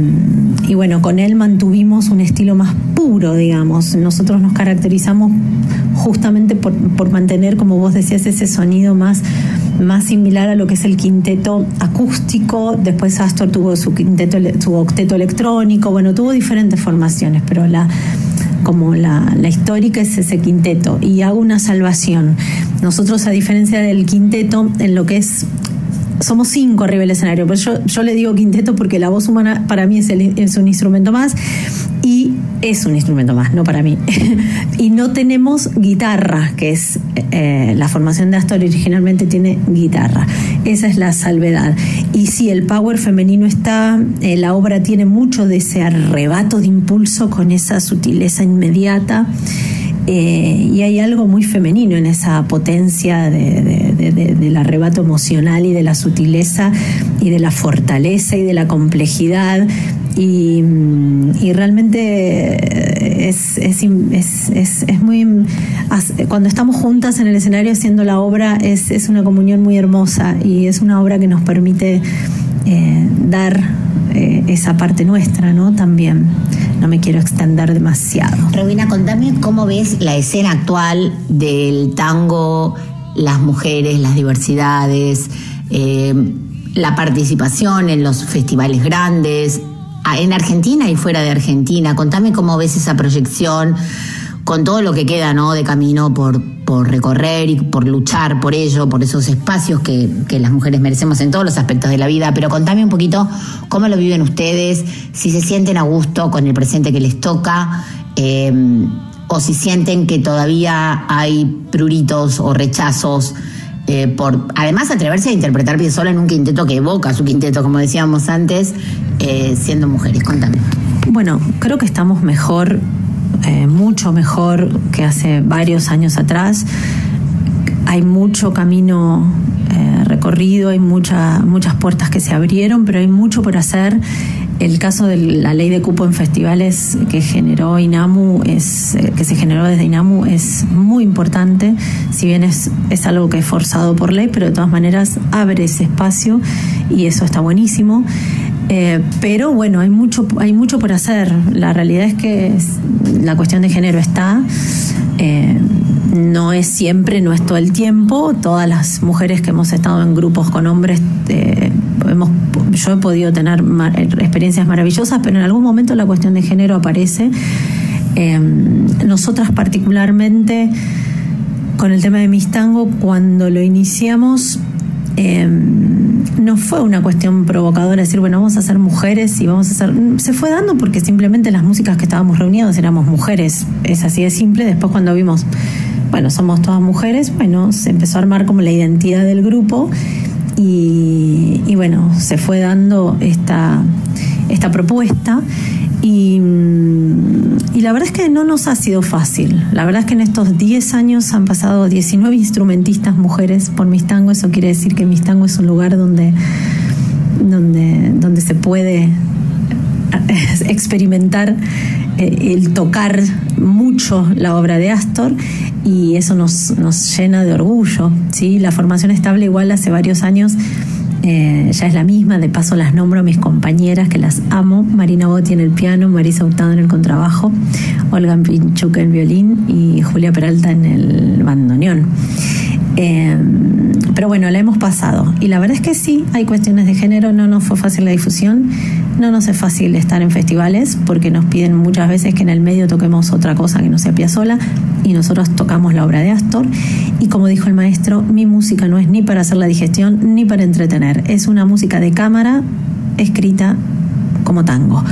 y bueno, con él mantuvimos un estilo más puro, digamos. Nosotros nos caracterizamos justamente por, por mantener, como vos decías, ese sonido más, más similar a lo que es el quinteto acústico. Después Astor tuvo su quinteto, su octeto electrónico, bueno, tuvo diferentes formaciones, pero la como la, la histórica es ese quinteto. Y hago una salvación. Nosotros, a diferencia del quinteto, en lo que es, somos cinco arriba del escenario, pero yo, yo le digo quinteto porque la voz humana para mí es, el, es un instrumento más, y es un instrumento más, no para mí. Y no tenemos guitarra, que es eh, la formación de Astor originalmente tiene guitarra. Esa es la salvedad. Y sí, el power femenino está, eh, la obra tiene mucho de ese arrebato de impulso con esa sutileza inmediata. Eh, y hay algo muy femenino en esa potencia de, de, de, de, del arrebato emocional y de la sutileza y de la fortaleza y de la complejidad. Y, y realmente es, es, es, es, es muy... Cuando estamos juntas en el escenario haciendo la obra es, es una comunión muy hermosa y es una obra que nos permite eh, dar eh, esa parte nuestra, ¿no? También. No me quiero extender demasiado. Robina, contame cómo ves la escena actual del tango, las mujeres, las diversidades, eh, la participación en los festivales grandes, en Argentina y fuera de Argentina. Contame cómo ves esa proyección con todo lo que queda, ¿no?, de camino por, por recorrer y por luchar por ello, por esos espacios que, que las mujeres merecemos en todos los aspectos de la vida. Pero contame un poquito cómo lo viven ustedes, si se sienten a gusto con el presente que les toca, eh, o si sienten que todavía hay pruritos o rechazos eh, por, además, atreverse a interpretar Piazzolla en un quinteto que evoca su quinteto, como decíamos antes, eh, siendo mujeres. Contame. Bueno, creo que estamos mejor, eh, mucho mejor que hace varios años atrás. Hay mucho camino eh, recorrido, hay mucha, muchas puertas que se abrieron, pero hay mucho por hacer. El caso de la ley de cupo en festivales que generó INAMU, es, que se generó desde INAMU, es muy importante, si bien es, es algo que es forzado por ley, pero de todas maneras abre ese espacio y eso está buenísimo. Eh, pero bueno, hay mucho, hay mucho por hacer. La realidad es que es, la cuestión de género está, eh, no es siempre, no es todo el tiempo. Todas las mujeres que hemos estado en grupos con hombres, eh, hemos, yo he podido tener mar, experiencias maravillosas, pero en algún momento la cuestión de género aparece. Eh, nosotras particularmente, con el tema de Miss Tango, cuando lo iniciamos, Eh, no fue una cuestión provocadora decir, bueno, vamos a ser mujeres y vamos a hacer... Se fue dando porque simplemente las músicas que estábamos reunidas éramos mujeres. Es así de simple. Después, cuando vimos, bueno, somos todas mujeres, bueno, se empezó a armar como la identidad del grupo y, y bueno, se fue dando esta, esta propuesta. Y, y la verdad es que no nos ha sido fácil. La verdad es que en estos diez años han pasado diecinueve instrumentistas mujeres por Miss Tango. Eso quiere decir que Miss Tango es un lugar donde, donde, donde se puede experimentar eh, el tocar mucho la obra de Astor, y eso nos, nos llena de orgullo, ¿sí? La formación estable igual hace varios años Eh, ya es la misma. De paso las nombro a mis compañeras, que las amo: Marina Botti en el piano, Marisa Hurtado en el contrabajo, Olga Pinchuk en el violín y Julia Peralta en el bandoneón. Eh, pero bueno, la hemos pasado y la verdad es que sí, hay cuestiones de género. No nos fue fácil la difusión, no nos es fácil estar en festivales porque nos piden muchas veces que en el medio toquemos otra cosa que no sea Piazzolla, y nosotros tocamos la obra de Astor. Y como dijo el maestro, mi música no es ni para hacer la digestión ni para entretener, es una música de cámara escrita como tango.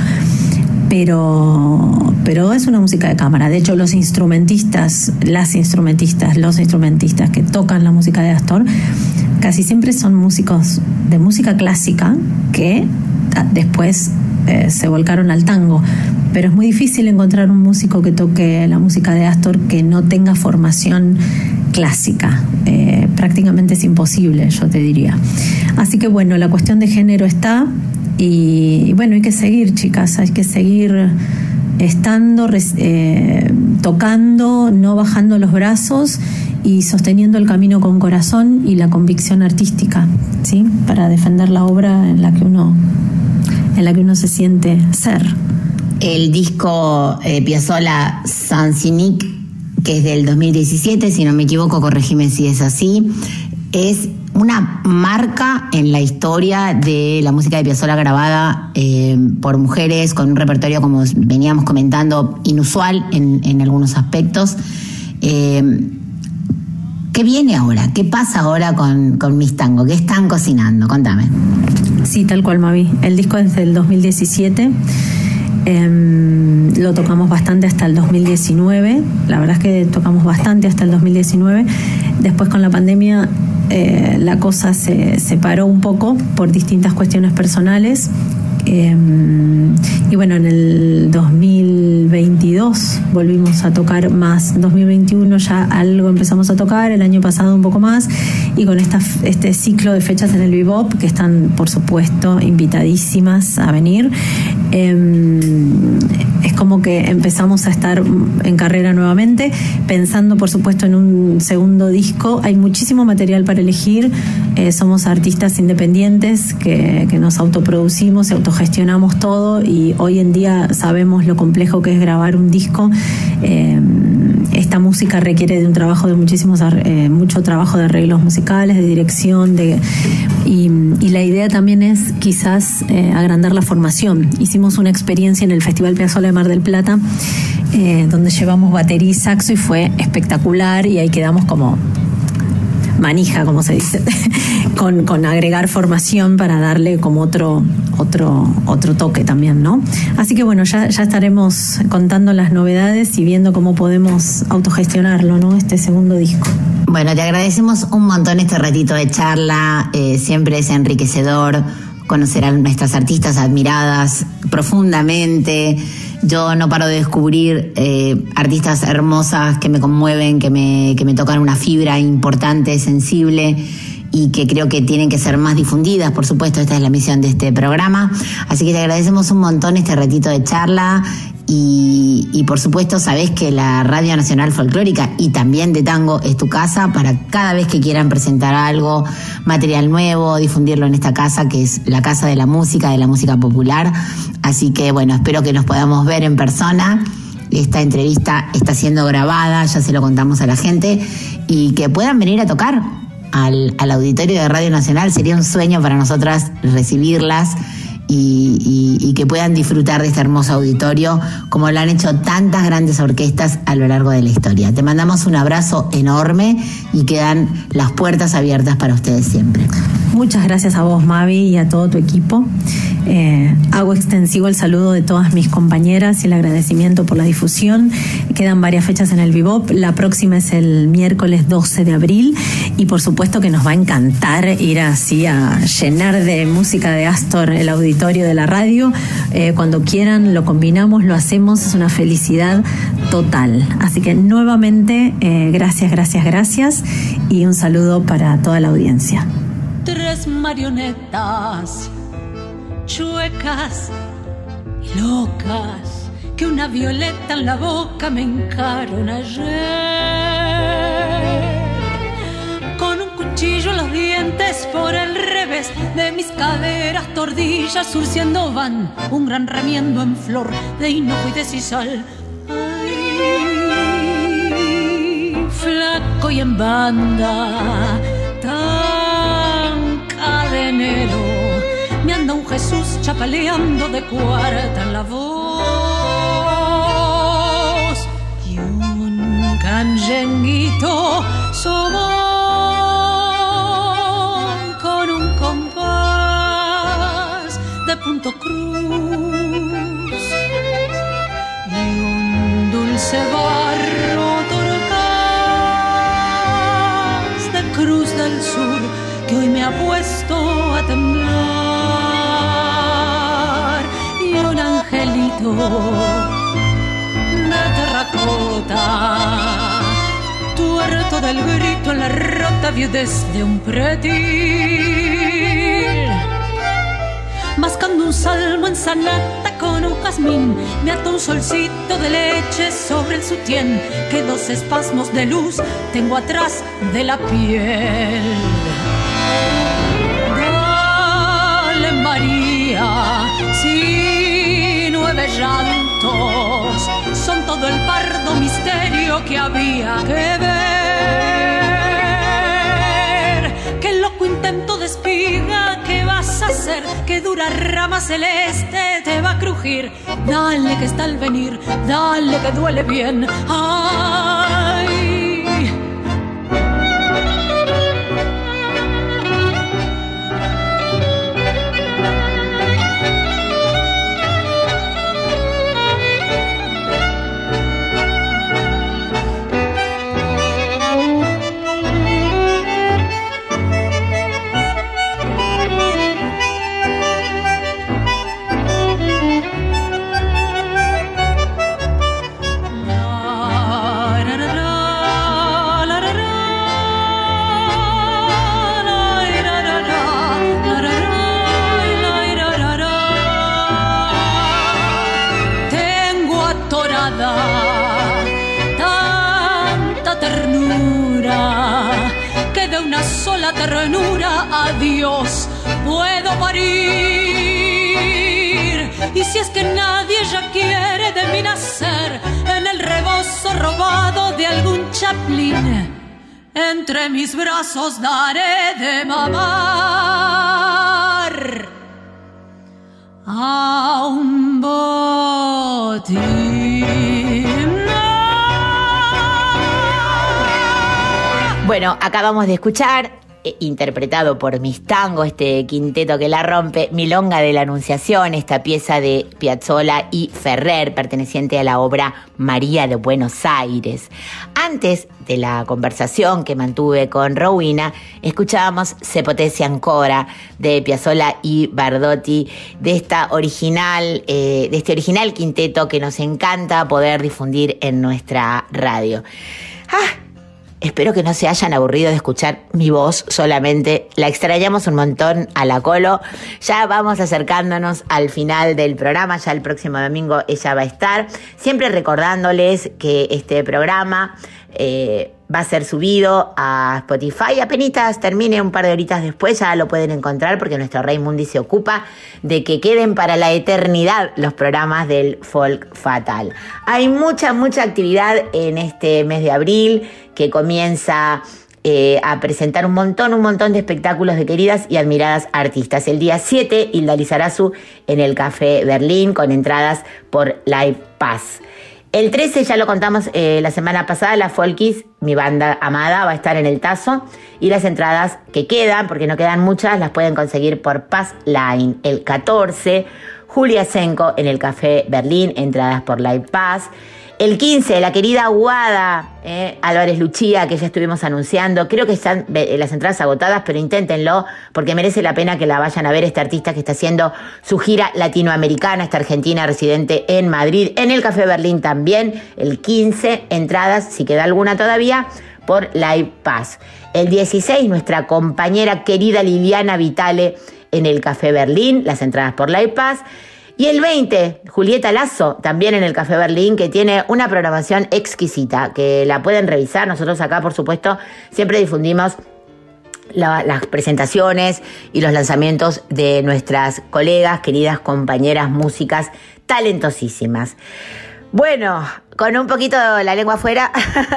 Pero, pero es una música de cámara. De hecho, los instrumentistas, las instrumentistas, los instrumentistas que tocan la música de Astor casi siempre son músicos de música clásica que después eh, se volcaron al tango. Pero es muy difícil encontrar un músico que toque la música de Astor que no tenga formación clásica. Eh, prácticamente es imposible, yo te diría. Así que bueno, la cuestión de género está. Y bueno, hay que seguir, chicas, hay que seguir estando, eh, tocando, no bajando los brazos y sosteniendo el camino con corazón y la convicción artística, ¿sí? Para defender la obra en la que uno, en la que uno se siente ser. El disco eh, Piazzolla Saint-Cynique, que es del dos mil diecisiete, si no me equivoco, corregime si es así, es una marca en la historia de la música de Piazzolla grabada eh, por mujeres, con un repertorio, como veníamos comentando, inusual en, en algunos aspectos. Eh, ¿Qué viene ahora? ¿Qué pasa ahora con, con Miss Tango? ¿Qué están cocinando? Contame. Sí, tal cual, Mavi. El disco es del dos mil diecisiete. Eh, lo tocamos bastante hasta el dos mil diecinueve. La verdad es que tocamos bastante hasta el dos mil diecinueve. Después, con la pandemia, eh, la cosa se separó un poco por distintas cuestiones personales. Eh, y bueno, en el dos mil veintidós volvimos a tocar más, dos mil veintiuno ya algo empezamos a tocar, el año pasado un poco más, y con esta, este ciclo de fechas en el Bebop, que están por supuesto invitadísimas a venir. Eh, es como que empezamos a estar en carrera nuevamente, pensando por supuesto en un segundo disco. Hay muchísimo material para elegir, eh, somos artistas independientes que, que nos autoproducimos y autogestionamos todo, y hoy en día sabemos lo complejo que es grabar un disco. Eh, esta música requiere de un trabajo de muchísimos, eh, mucho trabajo de arreglos musicales, de dirección, de, y, y la idea también es quizás eh, agrandar la formación. Hicimos una experiencia en el Festival Piazzolla de Mar del Plata, eh, donde llevamos batería y saxo, y fue espectacular, y ahí quedamos como manija, como se dice, con, con agregar formación para darle como otro otro otro toque también, ¿no? Así que bueno, ya, ya estaremos contando las novedades y viendo cómo podemos autogestionarlo, ¿no? Este segundo disco. Bueno, te agradecemos un montón este ratito de charla, eh, siempre es enriquecedor conocer a nuestras artistas admiradas profundamente. Yo no paro de descubrir eh, artistas hermosas que me conmueven, que me, que me tocan una fibra importante, sensible, y que creo que tienen que ser más difundidas. Por supuesto, esta es la misión de este programa. Así que te agradecemos un montón este ratito de charla. Y, y por supuesto sabés que la Radio Nacional Folclórica y también de Tango es tu casa para cada vez que quieran presentar algo, material nuevo, difundirlo en esta casa que es la casa de la música, de la música popular. Así que bueno, espero que nos podamos ver en persona. Esta entrevista está siendo grabada, ya se lo contamos a la gente, y que puedan venir a tocar al, al auditorio de Radio Nacional. Sería un sueño para nosotras recibirlas. Y, y, y que puedan disfrutar de este hermoso auditorio como lo han hecho tantas grandes orquestas a lo largo de la historia. Te mandamos un abrazo enorme y quedan las puertas abiertas para ustedes siempre. Muchas gracias a vos, Mavi, y a todo tu equipo. Eh, hago extensivo el saludo de todas mis compañeras y el agradecimiento por la difusión. Quedan varias fechas en el Bebop. La próxima es el miércoles doce de abril, y por supuesto que nos va a encantar ir así a llenar de música de Astor el auditorio de la radio. Eh, cuando quieran lo combinamos, lo hacemos, es una felicidad total. Así que nuevamente eh, gracias, gracias, gracias, y un saludo para toda la audiencia. Tres marionetas chuecas y locas que una violeta en la boca me encaron ayer, con un cuchillo en los dientes por el revés de mis caderas tordillas surciendo van un gran remiendo en flor de hinojo y de sisal. Ay, flaco y en banda tan cadenero, me anda un Jesús chapaleando de cuarta en la voz, y un canyenguito somón con un compás de punto cruz, y un dulce barro torcaz de Cruz del Sur que hoy me ha puesto a temblar, y un angelito de terracota, tuerto del grito en la rota viudez de un pretil, mascando un salmo en sanata con un jazmín, me ata un solcito de leche sobre el sutién, que dos espasmos de luz tengo atrás de la piel. María, si nueve llantos son todo el pardo misterio que había que ver. Qué loco intento de espiga, ¿qué vas a hacer? Qué dura rama celeste te va a crujir. Dale que está al venir, dale que duele bien. Ay. de una sola ternura a Dios puedo parir. Y si es que nadie ya quiere de mí nacer en el rebozo robado de algún Chaplin, entre mis brazos daré de mamar a un botín. Bueno, acabamos de escuchar, eh, interpretado por Mis Tango, este quinteto que la rompe, Milonga de la Anunciación, esta pieza de Piazzolla y Ferrer, perteneciente a la obra María de Buenos Aires. Antes de la conversación que mantuve con Rowena, escuchábamos Se potesse ancora de Piazzolla y Bardotti, de esta original, eh, de este original quinteto que nos encanta poder difundir en nuestra radio. ¡Ah! Espero que no se hayan aburrido de escuchar mi voz solamente. La extrañamos un montón a la Colo. Ya vamos acercándonos al final del programa. Ya el próximo domingo ella va a estar. Siempre recordándoles que este programa eh, va a ser subido a Spotify. Apenitas termine un par de horitas después, ya lo pueden encontrar porque nuestro Rey Mundi se ocupa de que queden para la eternidad los programas del Folk Fatal. Hay mucha, mucha actividad en este mes de abril que comienza eh, a presentar un montón, un montón de espectáculos de queridas y admiradas artistas. El día siete, Hilda Lizarazu en el Café Berlín con entradas por Live Pass. El trece, ya lo contamos eh, la semana pasada, la Folkies, mi banda amada, va a estar en el Tazo. Y las entradas que quedan, porque no quedan muchas, las pueden conseguir por Pass Line. El catorce, Julia Senko en el Café Berlín, entradas por Live Pass. El quince, la querida Guada, eh, Álvarez Luchía, que ya estuvimos anunciando. Creo que están eh, las entradas agotadas, pero inténtenlo, porque merece la pena que la vayan a ver. Esta artista que está haciendo su gira latinoamericana, esta argentina residente en Madrid, en el Café Berlín también. El quince, entradas, si queda alguna todavía, por Live Pass. El dieciséis, nuestra compañera querida Liliana Vitale en el Café Berlín, las entradas por Live Pass. Y el veinte, Julieta Lazo, también en el Café Berlín, que tiene una programación exquisita, que la pueden revisar. Nosotros acá, por supuesto, siempre difundimos la, las presentaciones y los lanzamientos de nuestras colegas, queridas compañeras músicas talentosísimas. Bueno, con un poquito la lengua afuera,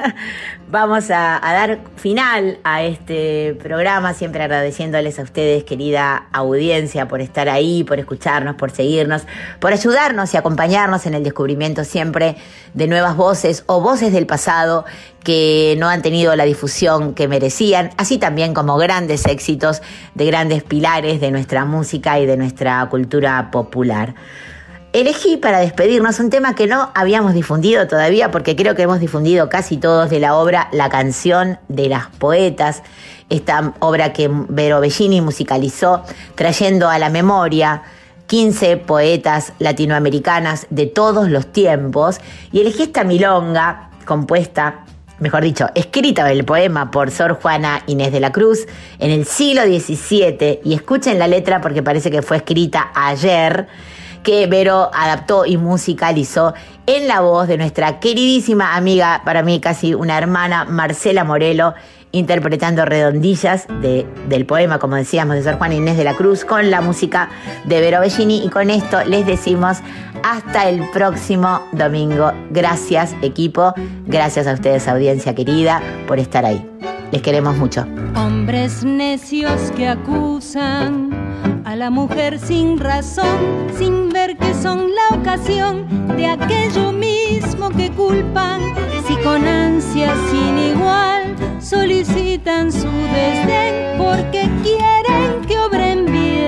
vamos a, a dar final a este programa, siempre agradeciéndoles a ustedes, querida audiencia, por estar ahí, por escucharnos, por seguirnos, por ayudarnos y acompañarnos en el descubrimiento siempre de nuevas voces o voces del pasado que no han tenido la difusión que merecían, así también como grandes éxitos de grandes pilares de nuestra música y de nuestra cultura popular. Elegí para despedirnos un tema que no habíamos difundido todavía, porque creo que hemos difundido casi todos, de la obra La Canción de las Poetas, esta obra que Vero Bellini musicalizó, trayendo a la memoria quince poetas latinoamericanas de todos los tiempos, y elegí esta milonga compuesta, mejor dicho, escrita el poema por Sor Juana Inés de la Cruz en el siglo diecisiete, y escuchen la letra porque parece que fue escrita ayer, que Vero adaptó y musicalizó en la voz de nuestra queridísima amiga, para mí casi una hermana, Marcela Morelo, interpretando redondillas de, del poema, como decíamos, de Sor Juana Inés de la Cruz, con la música de Vero Bellini. Y con esto les decimos hasta el próximo domingo. Gracias, equipo. Gracias a ustedes, audiencia querida, por estar ahí. Les queremos mucho. Hombres necios que acusan a la mujer sin razón, sin ver que son la ocasión de aquello mismo que culpan, si con ansia sin igual solicitan su desdén porque quieren que obren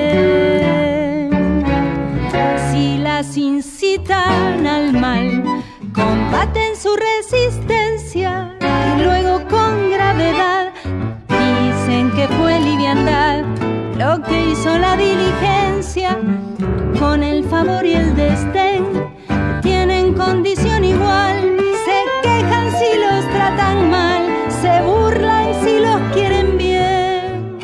bien. Si las incitan al mal, combaten su resistencia y luego con gravedad dicen que fue liviandad lo que hizo la diligencia. Con el favor y el desdén tienen condición igual, se quejan si los tratan mal, se burlan si los quieren bien.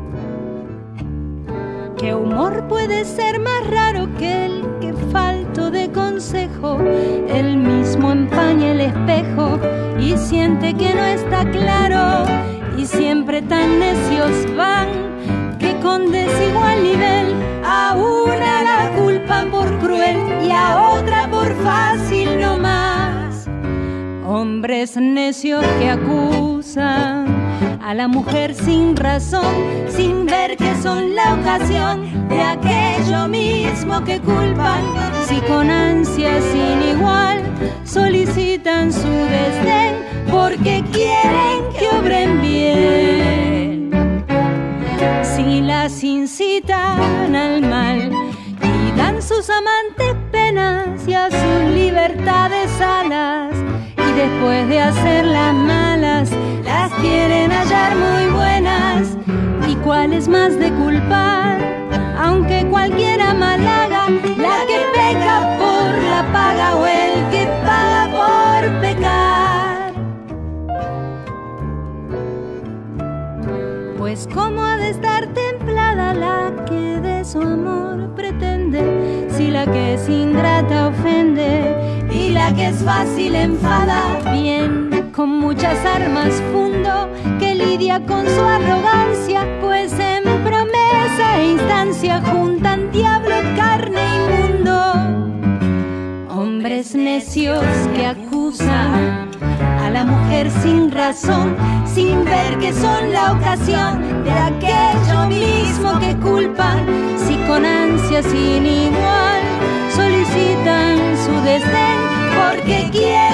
¿Qué humor puede ser más raro que el que falto de consejo, él mismo empaña el espejo y siente que no está claro, y siempre tan necios van que con desigual nivel a una la culpan por cruel y a otra por fácil no más. Hombres necios que acusan a la mujer sin razón, sin ver que son la ocasión de aquello mismo que culpan, si con ansia sin igual solicitan su desdén porque quieren que obren bien. Si las incitan al mal y dan sus amantes penas y a sus libertades alas, y después de hacerlas malas las quieren hallar muy buenas, ¿y cuál es más de culpar? Aunque cualquiera mal haga, la que peca por la paga o el que paga por pecar. Pues cómo ha de estar templada la que de su amor pretende, si la que es ingrata ofende y la que es fácil enfada. Bien, con muchas armas fundo que lidia con su arrogancia, pues en promesa e instancia juntan diablo, carne y mundo. Hombres necios que acusan a la mujer sin razón, sin ver que son la ocasión de aquello mismo que culpan, si con ansia sin igual solicitan su desdén porque quieren